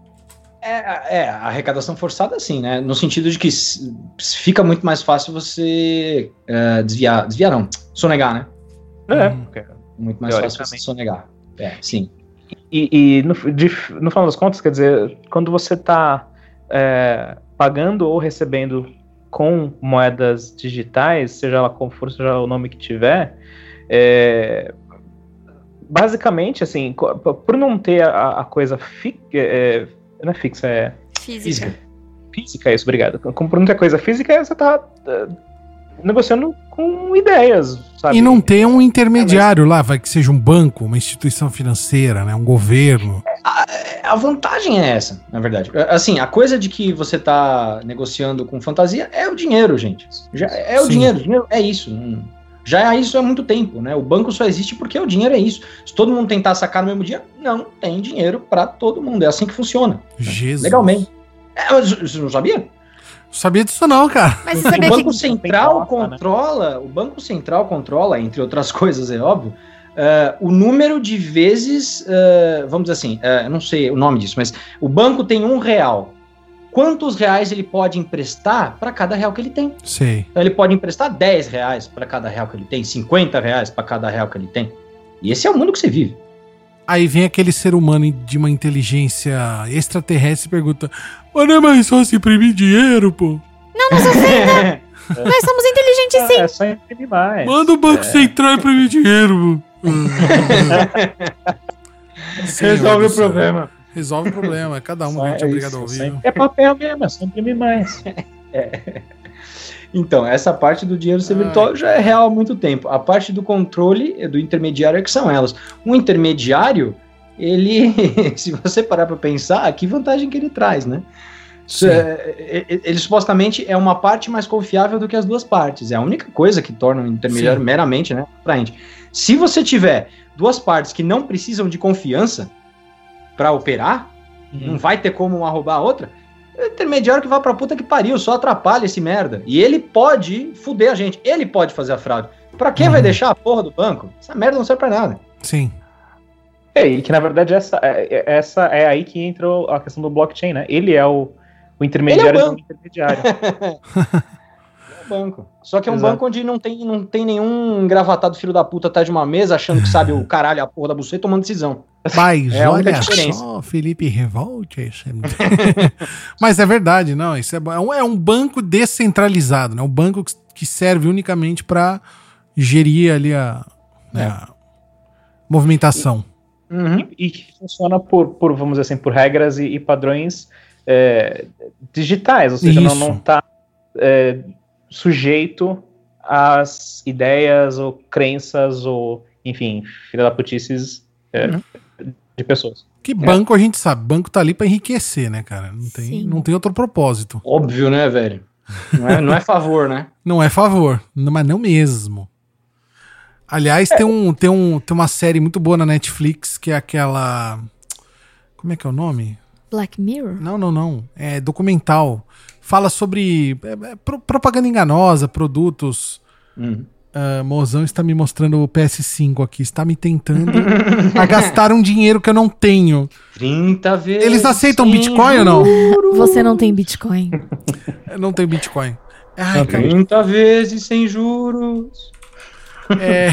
É, é, a arrecadação forçada, sim, né? No sentido de que fica muito mais fácil você uh, desviar, desviar não, sonegar, né? É, hum. Muito mais fácil você sonegar. É, sim. E, e no, de, no final das contas, quer dizer, quando você está é, pagando ou recebendo com moedas digitais, seja lá qual for, seja o nome que tiver, é, basicamente, assim, por não ter a, a coisa fi, é, não é fixa, é física. Física, isso, obrigado. Como por não ter coisa física, você está é, negociando com ideias, sabe? E não ter um intermediário é, mas... lá, vai que seja um banco, uma instituição financeira, né, um governo. A, a vantagem é essa, na verdade. Assim, a coisa de que você tá negociando com fantasia é o dinheiro, gente. Já é o Sim. dinheiro, o dinheiro é isso. Já é isso há muito tempo, né? O banco só existe porque o dinheiro é isso. Se todo mundo tentar sacar no mesmo dia, não tem dinheiro para todo mundo. É assim que funciona. Jesus. Legalmente. É, mas você não sabia? Sabia disso não, cara. Mas o Banco que... Central controla, o Banco Central controla, entre outras coisas, é óbvio, uh, o número de vezes, uh, vamos dizer assim, uh, não sei o nome disso, mas o banco tem um real. Quantos reais ele pode emprestar para cada real que ele tem? Sei. Então ele pode emprestar dez reais para cada real que ele tem, cinquenta reais para cada real que ele tem. E esse é o mundo que você vive. Aí vem aquele ser humano de uma inteligência extraterrestre e pergunta: mas não é mais só se imprimir dinheiro, pô? Não, não sou feita. Nós somos inteligentes, sim. É só imprimir mais. Manda o Banco é. Central imprimir dinheiro, pô. Sim, resolve o problema. Resolve o problema. Cada um a gente é obrigado a ouvir. É papel mesmo, é só imprimir mais. É. Então, essa parte do dinheiro ser virtual já é real há muito tempo. A parte do controle do intermediário é que são elas. Um intermediário, ele, se você parar para pensar, que vantagem que ele traz, né? É, ele supostamente é uma parte mais confiável do que as duas partes. É a única coisa que torna o intermediário Sim. meramente, né, atraente. Se você tiver duas partes que não precisam de confiança para operar, uhum. não vai ter como uma roubar a outra. É intermediário que vai pra puta que pariu, só atrapalha esse merda. E ele pode fuder a gente, ele pode fazer a fraude. Pra quem uhum. vai deixar a porra do banco? Essa merda não serve pra nada. Sim. É, e que na verdade essa é, essa é aí que entra a questão do blockchain, né? Ele é o, o intermediário do intermediário. É o banco. Só que é um Exato. banco onde não tem, não tem nenhum engravatado filho da puta atrás de uma mesa achando que sabe o caralho, a porra da buceta, tomando decisão. Mas é olha só, Felipe Revolte. Mas é verdade, não. Isso é, um, é um banco descentralizado, né? Um banco que, que serve unicamente para gerir ali a, né, é. a movimentação. E, uhum. e, e que funciona por, por, vamos dizer assim, por regras e, e padrões é, digitais, ou seja, Isso. não está é, sujeito às ideias ou crenças ou, enfim, filha da putices é, uhum. de pessoas. Que banco é. a gente sabe, banco tá ali pra enriquecer, né, cara? Não tem, não tem outro propósito. Óbvio, né, velho? Não é, não é favor, né? Não é favor, mas não mesmo. Aliás, é. tem, um, tem, um, tem uma série muito boa na Netflix, que é aquela... Como é que é o nome? Black Mirror? Não, não, não. É documental. Fala sobre é, é, pro, propaganda enganosa, produtos... Hum. Uh, Mozão está me mostrando o P S cinco aqui. Está me tentando a gastar um dinheiro que eu não tenho. trinta vezes. Eles aceitam Bitcoin juros. ou não? Você não tem Bitcoin. Eu não tenho Bitcoin. Ai, trinta vezes sem juros. É,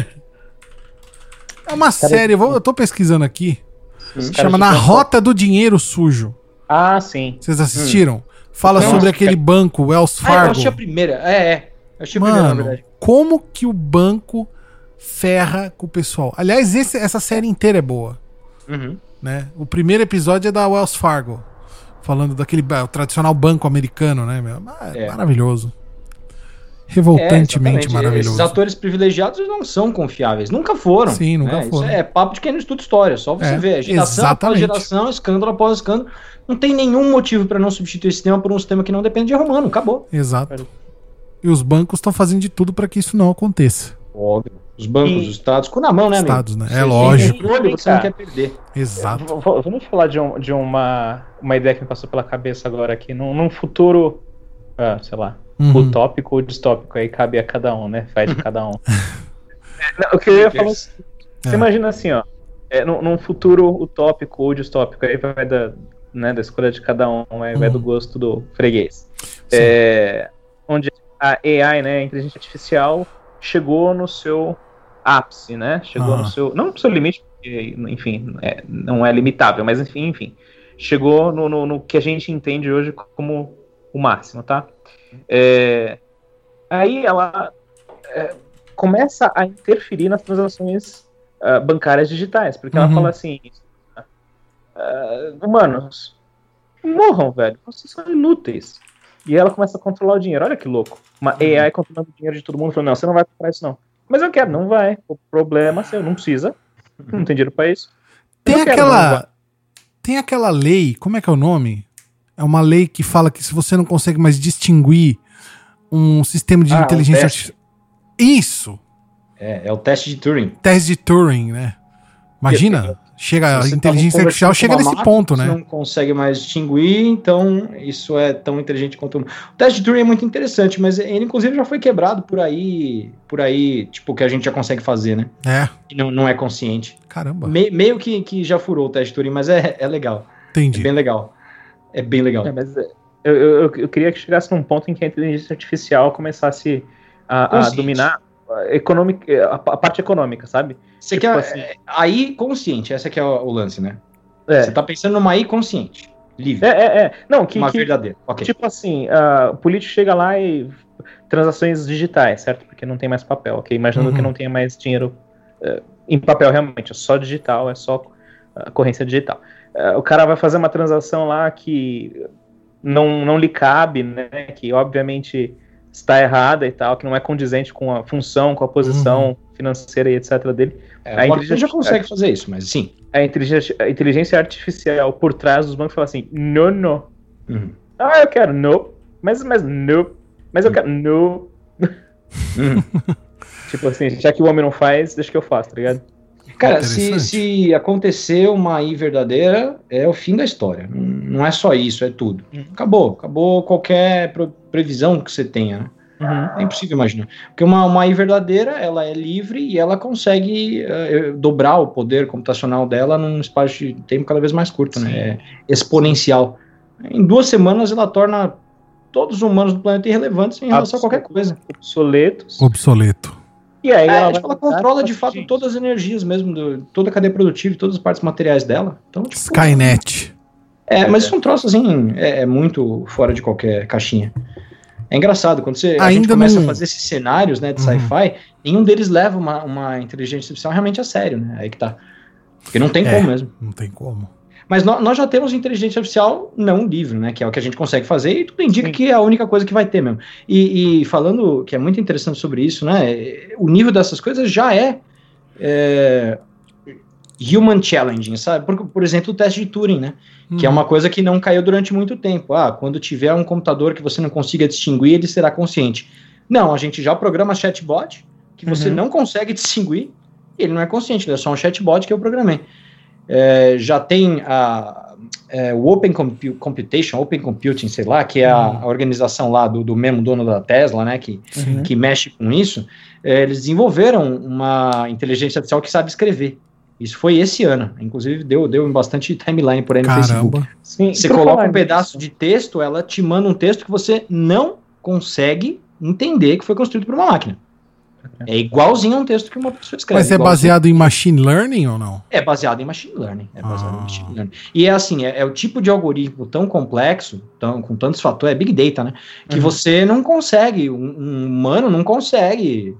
é uma série. Eu, vou, eu tô pesquisando aqui. Se chama Na Rota do Dinheiro Sujo. Ah, sim. Vocês assistiram? Hum. Fala não, sobre aquele banco, Wells Fargo. Ah, eu achei a primeira. É, é. Eu achei a Mano, primeira, na verdade. Como que o banco ferra com o pessoal. Aliás, esse, essa série inteira é boa. Uhum. Né? O primeiro episódio é da Wells Fargo, falando daquele o tradicional banco americano, né? É. Maravilhoso. Revoltantemente é, maravilhoso. Esses atores privilegiados não são confiáveis, nunca foram. Sim, nunca né? foram. Isso é papo de quem não estuda história, só você é, vê geração após geração, escândalo após escândalo. Não tem nenhum motivo para não substituir esse sistema por um sistema que não depende de erro humano, acabou. Exato. E os bancos estão fazendo de tudo para que isso não aconteça. Óbvio. Os bancos, e... os estados, com na mão, né, amigo? Estados, né? É lógico. Controle, você não quer perder. Exato. V- vamos falar de, um, de uma, uma ideia que me passou pela cabeça agora aqui. Num, num futuro, ah, sei lá, uhum. utópico ou distópico, aí cabe a cada um, né? Faz de cada um. Não, o que eu ia falar, você é. imagina assim, ó, é, num, num futuro utópico ou distópico, aí vai da, né, da escolha de cada um, aí uhum. vai do gosto do freguês. É, onde a A I, né, a inteligência artificial, chegou no seu ápice, né? Chegou ah. no seu... Não no seu limite, porque, enfim, é, não é limitável, mas enfim, enfim. Chegou no, no, no que a gente entende hoje como o máximo, tá? É, aí ela é, começa a interferir nas transações uh, bancárias digitais, porque uhum. ela fala assim, uh, humanos, morram, velho, vocês são inúteis. E ela começa a controlar o dinheiro, olha que louco. Uma uhum. A I controlando o dinheiro de todo mundo, falando, não, você não vai comprar isso não. Mas eu quero, não vai. O problema é seu, não precisa. Não tem dinheiro pra isso. Tem aquela. Quero, tem aquela lei, como é que é o nome? É uma lei que fala que se você não consegue mais distinguir um sistema de ah, inteligência artificial. Isso! É, é o teste de Turing. Teste de Turing, né? Imagina, chega, a inteligência artificial chega nesse máquina, ponto, né? Você não consegue mais distinguir, então isso é tão inteligente quanto... O teste de Turing é muito interessante, mas ele inclusive já foi quebrado por aí, por aí, tipo, que a gente já consegue fazer, né? É. E não, não é consciente. Caramba. Me, meio que, que já furou o teste de Turing, mas é, é legal. Entendi. É bem legal. É bem legal. É, mas eu, eu, eu queria que chegasse num ponto em que a inteligência artificial começasse a, a dominar a, economic, a, a parte econômica, sabe? Você tipo quer assim, a I consciente, essa que é o, o lance, né? É. Você tá pensando numa I consciente, livre. É, é, é. Não, que, uma que, verdadeira. Okay. Tipo assim, uh, o político chega lá e transações digitais, certo? Porque não tem mais papel, ok? Imaginando uhum. que não tenha mais dinheiro uh, em papel realmente, é só digital, é só uh, corrência digital. Uh, o cara vai fazer uma transação lá que não, não lhe cabe, né? Que obviamente está errada e tal, que não é condizente com a função, com a posição uhum. financeira e etcétera dele. É, a inteligência já consegue fazer isso, mas sim. A inteligência, a inteligência artificial por trás dos bancos fala assim, não, não. Uhum. Ah, eu quero, não. Mas, mas, não. Mas eu quero, não. Uhum. Tipo assim, já que o homem não faz, deixa que eu faço, tá ligado? Cara, se, se acontecer uma I verdadeira, é o fim da história. Não é só isso, é tudo. Acabou. Acabou qualquer previsão que você tenha, né? Uhum. É impossível imaginar. Porque uma, uma I verdadeira, ela é livre e ela consegue uh, dobrar o poder computacional dela num espaço de tempo cada vez mais curto, né? É exponencial. Em duas semanas ela torna todos os humanos do planeta irrelevantes em relação a qualquer coisa. Obsoletos. Obsoleto. E aí é, ela, tipo, ela controla de fato gente. todas as energias mesmo, do, toda a cadeia produtiva e todas as partes materiais dela. Então, tipo, Skynet. É, mas isso é um troço assim, é, é muito fora de qualquer caixinha. É engraçado, quando você, a gente começa não... a fazer esses cenários, né, de uhum. sci-fi, nenhum deles leva uma, uma inteligência artificial realmente a sério, né? Aí que tá. Porque não tem é, como mesmo. Não tem como. Mas nós, nós já temos inteligência artificial não livre, né? Que é o que a gente consegue fazer e tudo indica Sim. que é a única coisa que vai ter mesmo. E, e falando, que é muito interessante sobre isso, né? O nível dessas coisas já é, é human challenging, sabe? Por, por exemplo, o teste de Turing, né? Hum. Que é uma coisa que não caiu durante muito tempo. Ah, quando tiver um computador que você não consiga distinguir, ele será consciente. Não, a gente já programa chatbot que você uhum. não consegue distinguir, ele não é consciente, ele é só um chatbot que eu programei. É, já tem a, é, o Open Compu- Computation, Open Computing, sei lá, que é a, a organização lá do, do mesmo dono da Tesla, né, que, uhum. que mexe com isso. É, eles desenvolveram uma inteligência artificial que sabe escrever. Isso foi esse ano, inclusive deu, deu bastante timeline por aí no Caramba. Facebook. Sim, você coloca um pedaço de texto, ela te manda um texto que você não consegue entender que foi construído por uma máquina. É igualzinho a um texto que uma pessoa escreve. Mas é baseado em machine learning ou não? É baseado em machine learning. É baseado ah. em machine learning. E é assim, é, é o tipo de algoritmo tão complexo, tão, com tantos fatores, é big data, né? Que uhum. você não consegue, um, um humano não consegue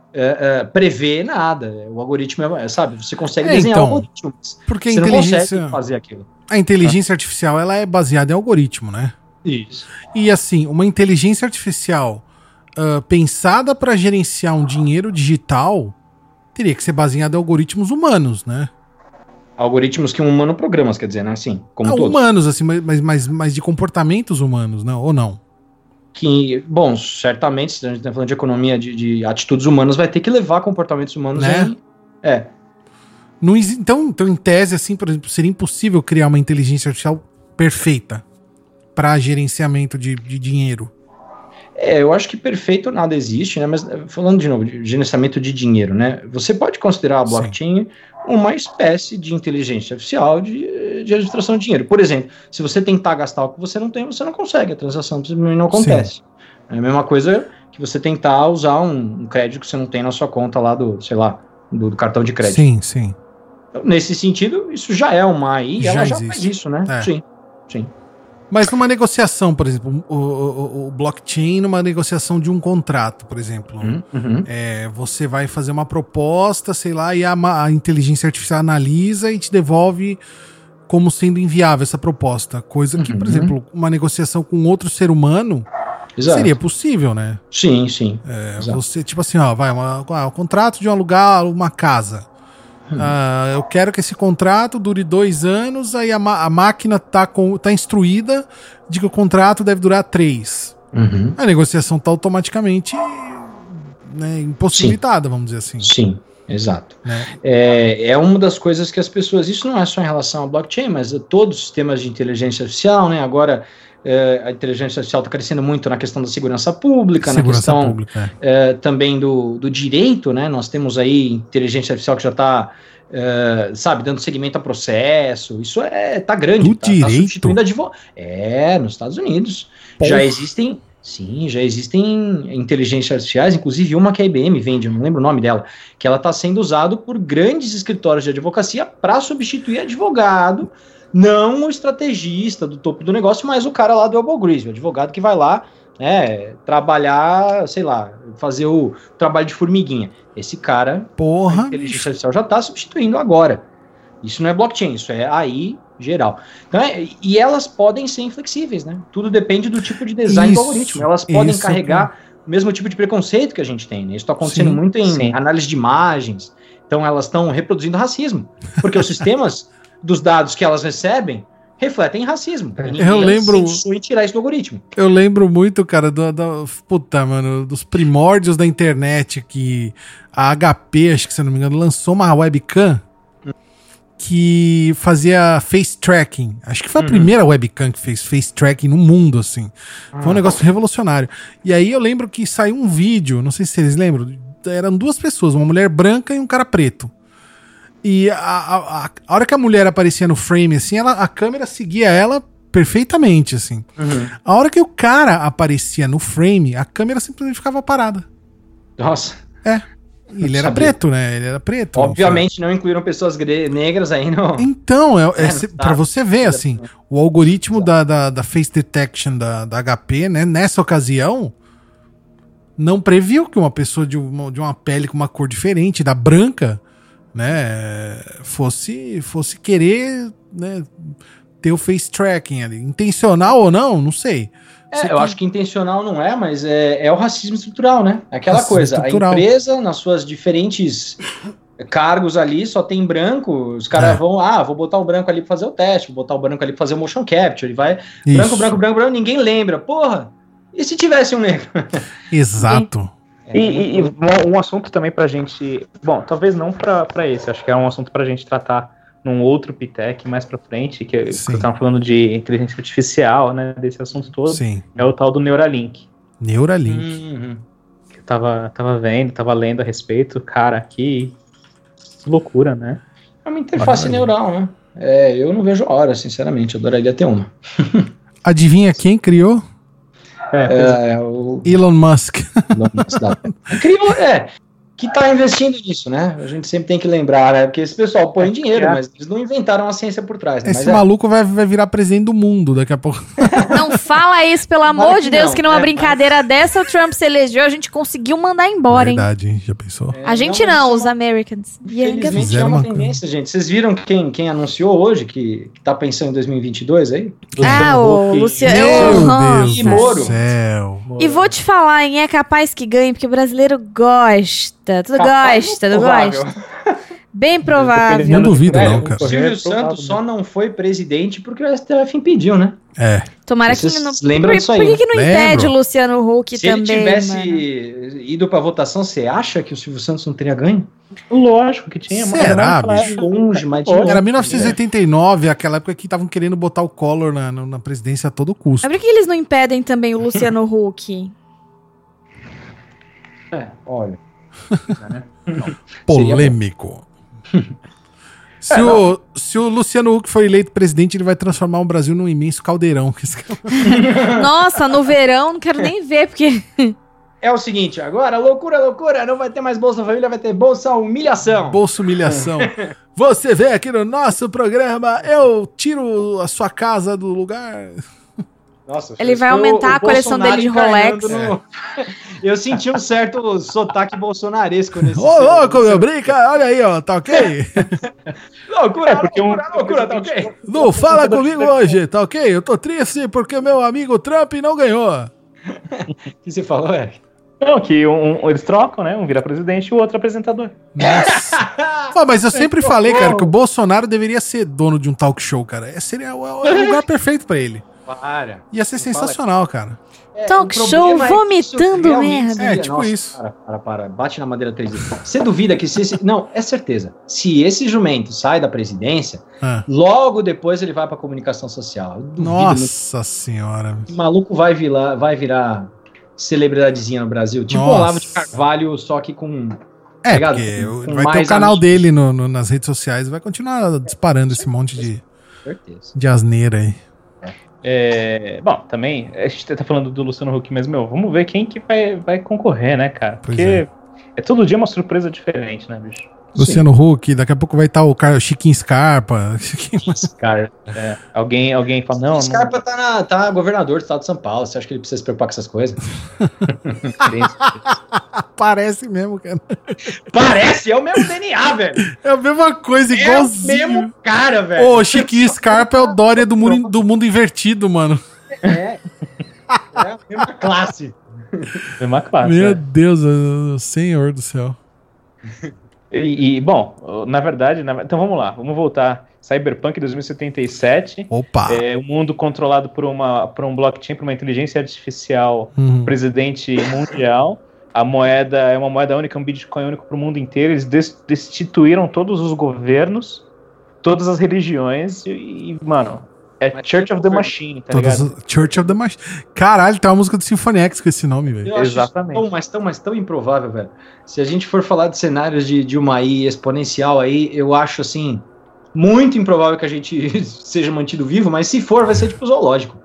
é, é, prever nada. O algoritmo é, sabe, você consegue é, desenhar então, algoritmos. Porque a você inteligência, não consegue fazer aquilo. A inteligência ah. artificial, ela é baseada em algoritmo, né? Isso. E assim, uma inteligência artificial uh, pensada para gerenciar um dinheiro digital teria que ser baseada em algoritmos humanos, né? Algoritmos que um humano programa, quer dizer, né? Assim, como ah, todos. Humanos, assim, mas, mas, mas de comportamentos humanos, não? Ou não? Que, bom, certamente, se a gente está falando de economia de, de atitudes humanas, vai ter que levar comportamentos humanos, né? Em, é. Não, então, então, em tese, assim, por exemplo, seria impossível criar uma inteligência artificial perfeita para gerenciamento de, de dinheiro. É, eu acho que perfeito nada existe, né? Mas falando de novo de gerenciamento de dinheiro, né? Você pode considerar a blockchain Sim. uma espécie de inteligência artificial de, de administração de dinheiro. Por exemplo, se você tentar gastar o que você não tem, você não consegue, a transação simplesmente não acontece. Sim. É a mesma coisa que você tentar usar um, um crédito que você não tem na sua conta lá do, sei lá, do, do cartão de crédito. Sim, sim. Então, nesse sentido, isso já é uma A I e ela já existe. faz isso, né? É. Sim, sim. Mas numa negociação, por exemplo, o, o, o blockchain numa negociação de um contrato, por exemplo, uhum, uhum. É, você vai fazer uma proposta, sei lá, e a, a inteligência artificial analisa e te devolve como sendo inviável essa proposta. Coisa que, uhum. por exemplo, uma negociação com outro ser humano Exato. Seria possível, né? Sim, sim. É, você, tipo assim, ó, vai, uma, ah, o contrato de um alugar uma casa. Uh, eu quero que esse contrato dure dois anos, aí a, a máquina tá, com, tá instruída de que o contrato deve durar três. Uhum. A negociação tá automaticamente, né, impossibilitada, Sim. vamos dizer assim. Sim, exato. Né? É, é uma das coisas que as pessoas... Isso não é só em relação ao blockchain, mas a todos os sistemas de inteligência artificial, né? Agora... É, a inteligência artificial está crescendo muito na questão da segurança pública, segurança na questão pública, é. É, também do, do direito, né? Nós temos aí inteligência artificial que já está, é, sabe, dando seguimento a processo. Isso é tá grande, está tá substituindo advogado. É, nos Estados Unidos. Porra. Já existem, sim, já existem inteligências artificiais, inclusive uma que a I B M vende, eu não lembro o nome dela, que ela está sendo usada por grandes escritórios de advocacia para substituir advogado. Não o estrategista do topo do negócio, mas o cara lá do Elbow Grease, o advogado que vai lá, né, trabalhar, sei lá, fazer o trabalho de formiguinha. Esse cara, Porra. a inteligência artificial já está substituindo agora. Isso não é blockchain, isso é A I geral. Então, é, e elas podem ser inflexíveis, né? Tudo depende do tipo de design isso, do algoritmo. Elas podem isso, carregar é. o mesmo tipo de preconceito que a gente tem, né? Isso está acontecendo sim, muito em sim. análise de imagens. Então, elas estão reproduzindo racismo. Porque os sistemas... dos dados que elas recebem, refletem racismo. E eu lembro... em tirar isso do algoritmo. Eu lembro muito, cara, do, do, puta, mano, dos primórdios da internet, que a H P, acho que se eu não me engano, lançou uma webcam hum. que fazia face tracking. Acho que foi a uhum. primeira webcam que fez face tracking no mundo, assim. Foi um ah. negócio revolucionário. E aí eu lembro que saiu um vídeo, não sei se vocês lembram, eram duas pessoas, uma mulher branca e um cara preto. E a, a, a hora que a mulher aparecia no frame, assim, ela, a câmera seguia ela perfeitamente, assim. Uhum. A hora que o cara aparecia no frame, a câmera simplesmente ficava parada. Nossa. É. E ele era sabia. preto, né? Ele era preto. Obviamente não, não incluíram pessoas negras aí no... Então, é, é, é pra você ver, assim, o algoritmo da, da, da face detection da, da H P, né, nessa ocasião, não previu que uma pessoa de uma, de uma pele com uma cor diferente, da branca, né, fosse, fosse querer, né, ter o face tracking ali. Intencional ou não, não sei. É, eu que... acho que intencional não é, mas é, é o racismo estrutural, né? Aquela racismo coisa, estrutural. A empresa, nas suas diferentes cargos ali, só tem branco, os caras é. vão, ah, vou botar o branco ali pra fazer o teste, vou botar o branco ali pra fazer o motion capture, ele vai, Isso. branco, branco, branco, branco, ninguém lembra, porra, e se tivesse um negro? Exato. E, e, e um, um assunto também pra gente, bom, talvez não pra, pra esse, acho que é um assunto pra gente tratar num outro Pitec mais pra frente, que, que eu tava falando de inteligência artificial, né, desse assunto todo, Sim. é o tal do Neuralink. Neuralink. Uhum. Que eu tava, tava vendo, tava lendo a respeito, cara, que loucura, né? É uma interface Maravilha. neural, né? É, eu não vejo a hora, sinceramente, eu adoraria ter uma. Adivinha quem criou? É, é, o Elon Musk. Elon Musk da... Criou, é, que tá investindo nisso, né? A gente sempre tem que lembrar, né? Porque esse pessoal põe é, dinheiro, é. mas eles não inventaram a ciência por trás, né? Esse mas maluco é... vai, vai virar presidente do mundo daqui a pouco. Não Não fala isso, pelo amor Claro de que Deus, não. que numa É, brincadeira dessa o Trump se elegeu, a gente conseguiu mandar embora, hein? Verdade, hein? Já pensou? É, A gente mas não, isso os é uma- Americans. Infelizmente é Fizeram uma uma tendência, gente. Vocês viram quem, quem anunciou hoje que, que tá pensando em dois mil e vinte e dois aí? Ah, o Luciano. Meu eu- Deus E do Moro. céu. E vou te falar, hein? É capaz que ganhe, porque o brasileiro gosta. Tudo Capaz, gosta, tudo provável. gosta. Bem provável. Não duvido, Velho, não, cara. O Silvio É provável, Santos só não foi presidente porque o S T F impediu, né? É. Tomara Vocês que não. lembram por, disso aí, por que, né? que não Lembro. impede o Luciano Huck Se também? ele tivesse mano? ido pra votação, você acha que o Silvio Santos não teria ganho? Lógico que tinha. mas Será, não naquela bicho? época. Longe, mas de Era longe. Era mil novecentos e oitenta e nove, aquela época que estavam querendo botar o Collor na, na, na presidência a todo custo. Mas por que eles não impedem também o Luciano Huck? É, olha. Polêmico. Se, É, o, se o Luciano Huck for eleito presidente, ele vai transformar o Brasil num imenso caldeirão. Nossa, no verão não quero nem ver, porque. É o seguinte, agora, loucura, loucura, não vai ter mais Bolsa Família, vai ter Bolsa Humilhação. Bolsa humilhação. Você vê aqui no nosso programa, eu tiro a sua casa do lugar. Nossa, Ele vai foi aumentar a coleção Bolsonaro dele de encarnando Rolex. no- Eu senti um certo sotaque bolsonaresco nesse. Ô, louco, meu, brinca, olha aí, ó, tá ok? Loucura, É, porque um- loucura, loucura, tá ok? Não fala comigo hoje, tá ok? Eu tô triste porque meu amigo Trump não ganhou. O que você falou, Eric? Não, que um, um- eles trocam, né? Um vira presidente e o outro apresentador. Nossa. Pô, mas eu sempre falei, cara, que o Bolsonaro deveria ser dono de um talk show, cara. Esse seria o, o lugar perfeito pra ele. Para. Ia ser sensacional, cara. É, Talk o show problema é que isso vomitando realmente merda. seria- É, tipo isso. Para, para, para. Bate na madeira três vezes. Você duvida que se esse... Não, é certeza. Se esse jumento sai da presidência, Ah. logo depois ele vai pra comunicação social. Eu duvido muito. Nossa senhora. O maluco vai virar, vai virar celebridadezinha no Brasil. Tipo o Nossa. Olavo de Carvalho, só que com... É, Ligado? porque Com- com vai ter o mais canal amigos. dele no- no- nas redes sociais e vai continuar disparando esse monte de, certeza. de asneira aí. É, bom, também, a gente tá falando do Luciano Huck, mas, meu, vamos ver quem que vai, vai concorrer, né, cara? Pois Porque é. é. todo dia uma surpresa diferente, né, bicho? Luciano Huck, daqui a pouco vai estar o Car- Chiquinho Scarpa. Cara, é, alguém, alguém fala, não, O Scarpa tá, na, tá governador do estado de São Paulo. Você acha que ele precisa se preocupar com essas coisas? não. Parece mesmo, cara. Parece, é o mesmo D N A, velho. É a mesma coisa, É o igualzinho. mesmo cara, velho. Ô, Chiquinho Scarpa é o Dória do mundo, do mundo invertido, mano. É. É a mesma classe. Mesma classe. Meu é. Deus, o senhor do céu. E, e, bom, na verdade, na- então vamos lá, vamos voltar. Cyberpunk dois mil e setenta e sete, Opa. é um mundo controlado por, uma, por um blockchain, por uma inteligência artificial, Uhum. presidente mundial. A moeda é uma moeda única, um Bitcoin único para o mundo inteiro. Eles des- destituíram todos os governos, todas as religiões e, e, mano, é Mas Church tem of the governo. Machine, tá Todas ligado? as- Church of the Machine. Caralho, tem uma música do Symphony X com esse nome, velho. Eu acho Exatamente. isso tão, mas, tão, mas tão improvável, velho. Se a gente for falar de cenários de, de uma I A exponencial aí, eu acho, assim, muito improvável que a gente seja mantido vivo, mas se for, vai ser tipo zoológico.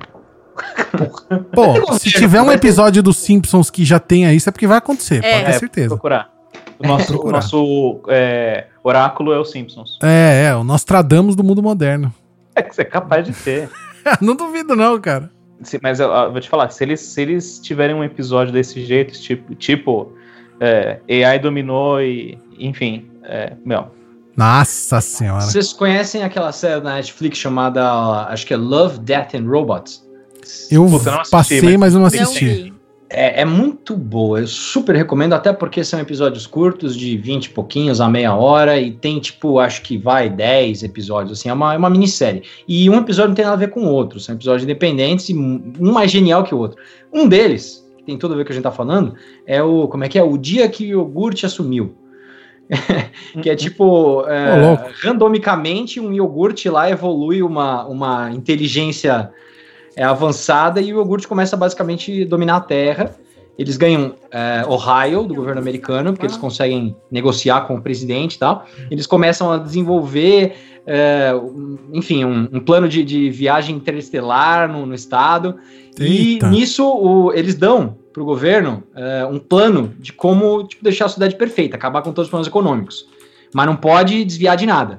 Pô, se tiver um episódio dos Simpsons que já tenha isso, é porque vai acontecer, É. pode ter É, certeza. procurar. O nosso, o procurar. nosso é, oráculo é o Simpsons. É, é, o Nostradamus do mundo moderno. É que você é capaz de ter. Não duvido não, cara. Se- Mas eu, eu vou te falar, se eles, se eles tiverem um episódio desse jeito, tipo, tipo é, A I dominou e, enfim, é, meu, Nossa senhora. Vocês conhecem aquela série da Netflix chamada, acho que é Love, Death and Robots? Eu Puta, eu não assisti, passei, mas- mas eu não Não assisti. vi. É, é muito boa, eu super recomendo, até porque são episódios curtos, de vinte e pouquinhos a meia hora, e tem, tipo, acho que vai dez episódios, assim, é uma, é uma minissérie. E um episódio não tem nada a ver com o outro, são episódios independentes, e um mais genial que o outro. Um deles, que tem tudo a ver com o que a gente tá falando, é o, como é que é? O Dia que o Iogurte Assumiu. Que é tipo, é, Ô, louco. randomicamente um iogurte lá evolui uma, uma inteligência é, avançada e o iogurte começa a basicamente dominar a Terra. Eles ganham é, Ohio do governo americano, porque eles conseguem negociar com o presidente e tal. Eles começam a desenvolver, é, um- enfim, um, um plano de, de viagem interestelar no, no estado. Eita. E nisso o- eles dão para o governo é, um plano de como tipo, deixar a cidade perfeita, acabar com todos os problemas econômicos. Mas não pode desviar de nada.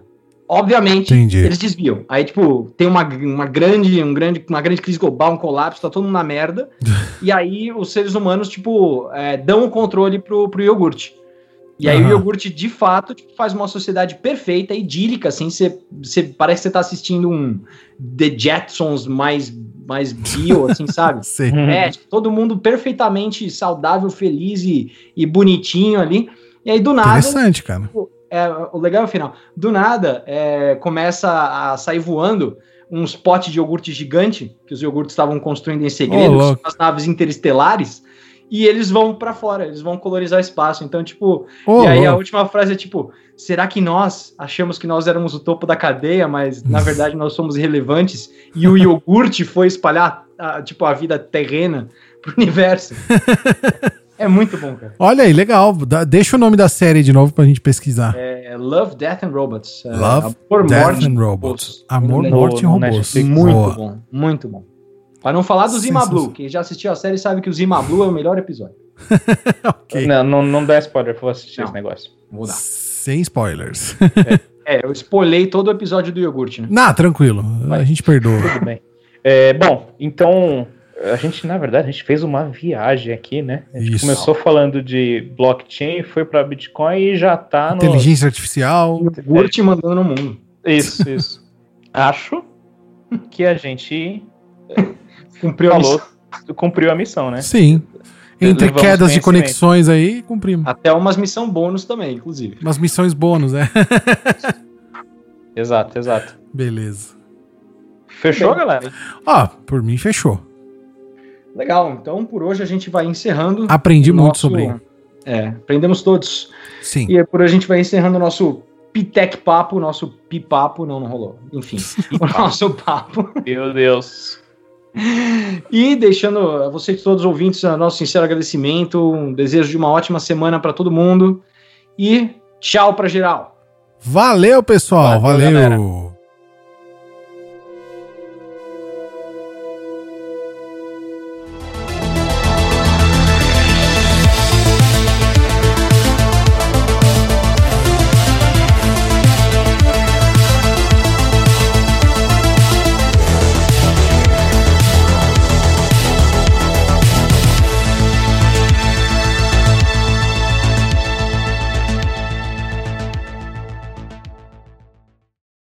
Obviamente, Entendi. eles desviam. Aí, tipo, tem uma, uma, grande, um grande, uma grande crise global, um colapso, tá todo mundo na merda. E aí, os seres humanos, tipo, é, dão o controle pro, pro iogurte. E aí, uhum. o iogurte, de fato, tipo, faz uma sociedade perfeita, idílica, assim. Você, você, parece que você tá assistindo um The Jetsons mais, mais bio, assim, sabe? Sim. É, tipo, todo mundo perfeitamente saudável, feliz e, e bonitinho ali. E aí, do nada... Interessante, cara. Tipo, É, o legal é o final. Do nada, é, começa a sair voando uns potes de iogurte gigante, que os iogurtes estavam construindo em segredo, oh, as naves interestelares, e eles vão pra fora, eles vão colorizar o espaço. Então, tipo, oh, e aí oh. a última frase é tipo, será que nós achamos que nós éramos o topo da cadeia, mas na verdade nós somos irrelevantes, e o iogurte foi espalhar, a, tipo, a vida terrena pro universo. É muito bom, cara. Olha aí, legal. Da, deixa o nome da série de novo pra gente pesquisar. É Love, Death and Robots. Love, Amor, Death Morte, and Robots. Amor, Morte e Robôs. Muito Boa. bom, muito bom. Pra não falar do Zima Blue, quem já assistiu a série sabe que o Zima Blue é o melhor episódio. Okay. Não, não, não dá spoiler, vou assistir não. esse negócio. Vou dar. Sem spoilers. É, eu spoilei todo o episódio do iogurte, né? Não, tranquilo. A gente perdoa. Tudo bem. É, bom, então... A gente, na verdade, a gente fez uma viagem aqui, né? A gente Isso. começou falando de blockchain, foi para Bitcoin e já tá no... Inteligência artificial. Iogurte mandando no mundo. Isso, isso. Acho que a gente cumpriu falou, a missão. cumpriu a missão, né? Sim. Entre Levamos quedas de conhecimento. conexões aí, cumprimos. Até umas missão bônus também, inclusive. Umas missões bônus, né? Exato, exato. Beleza. Fechou, Bem, galera? Ó, por mim fechou. Legal, então por hoje a gente vai encerrando. Aprendi o muito nosso- sobre. É, aprendemos todos. Sim. E por hoje a gente vai encerrando o nosso Pitec Papo, nosso Pipapo. Não, não rolou. Enfim, o nosso papo. Meu Deus. E deixando a vocês todos ouvintes o nosso sincero agradecimento, um desejo de uma ótima semana para todo mundo. E tchau para geral. Valeu, pessoal. Valeu, Valeu. galera.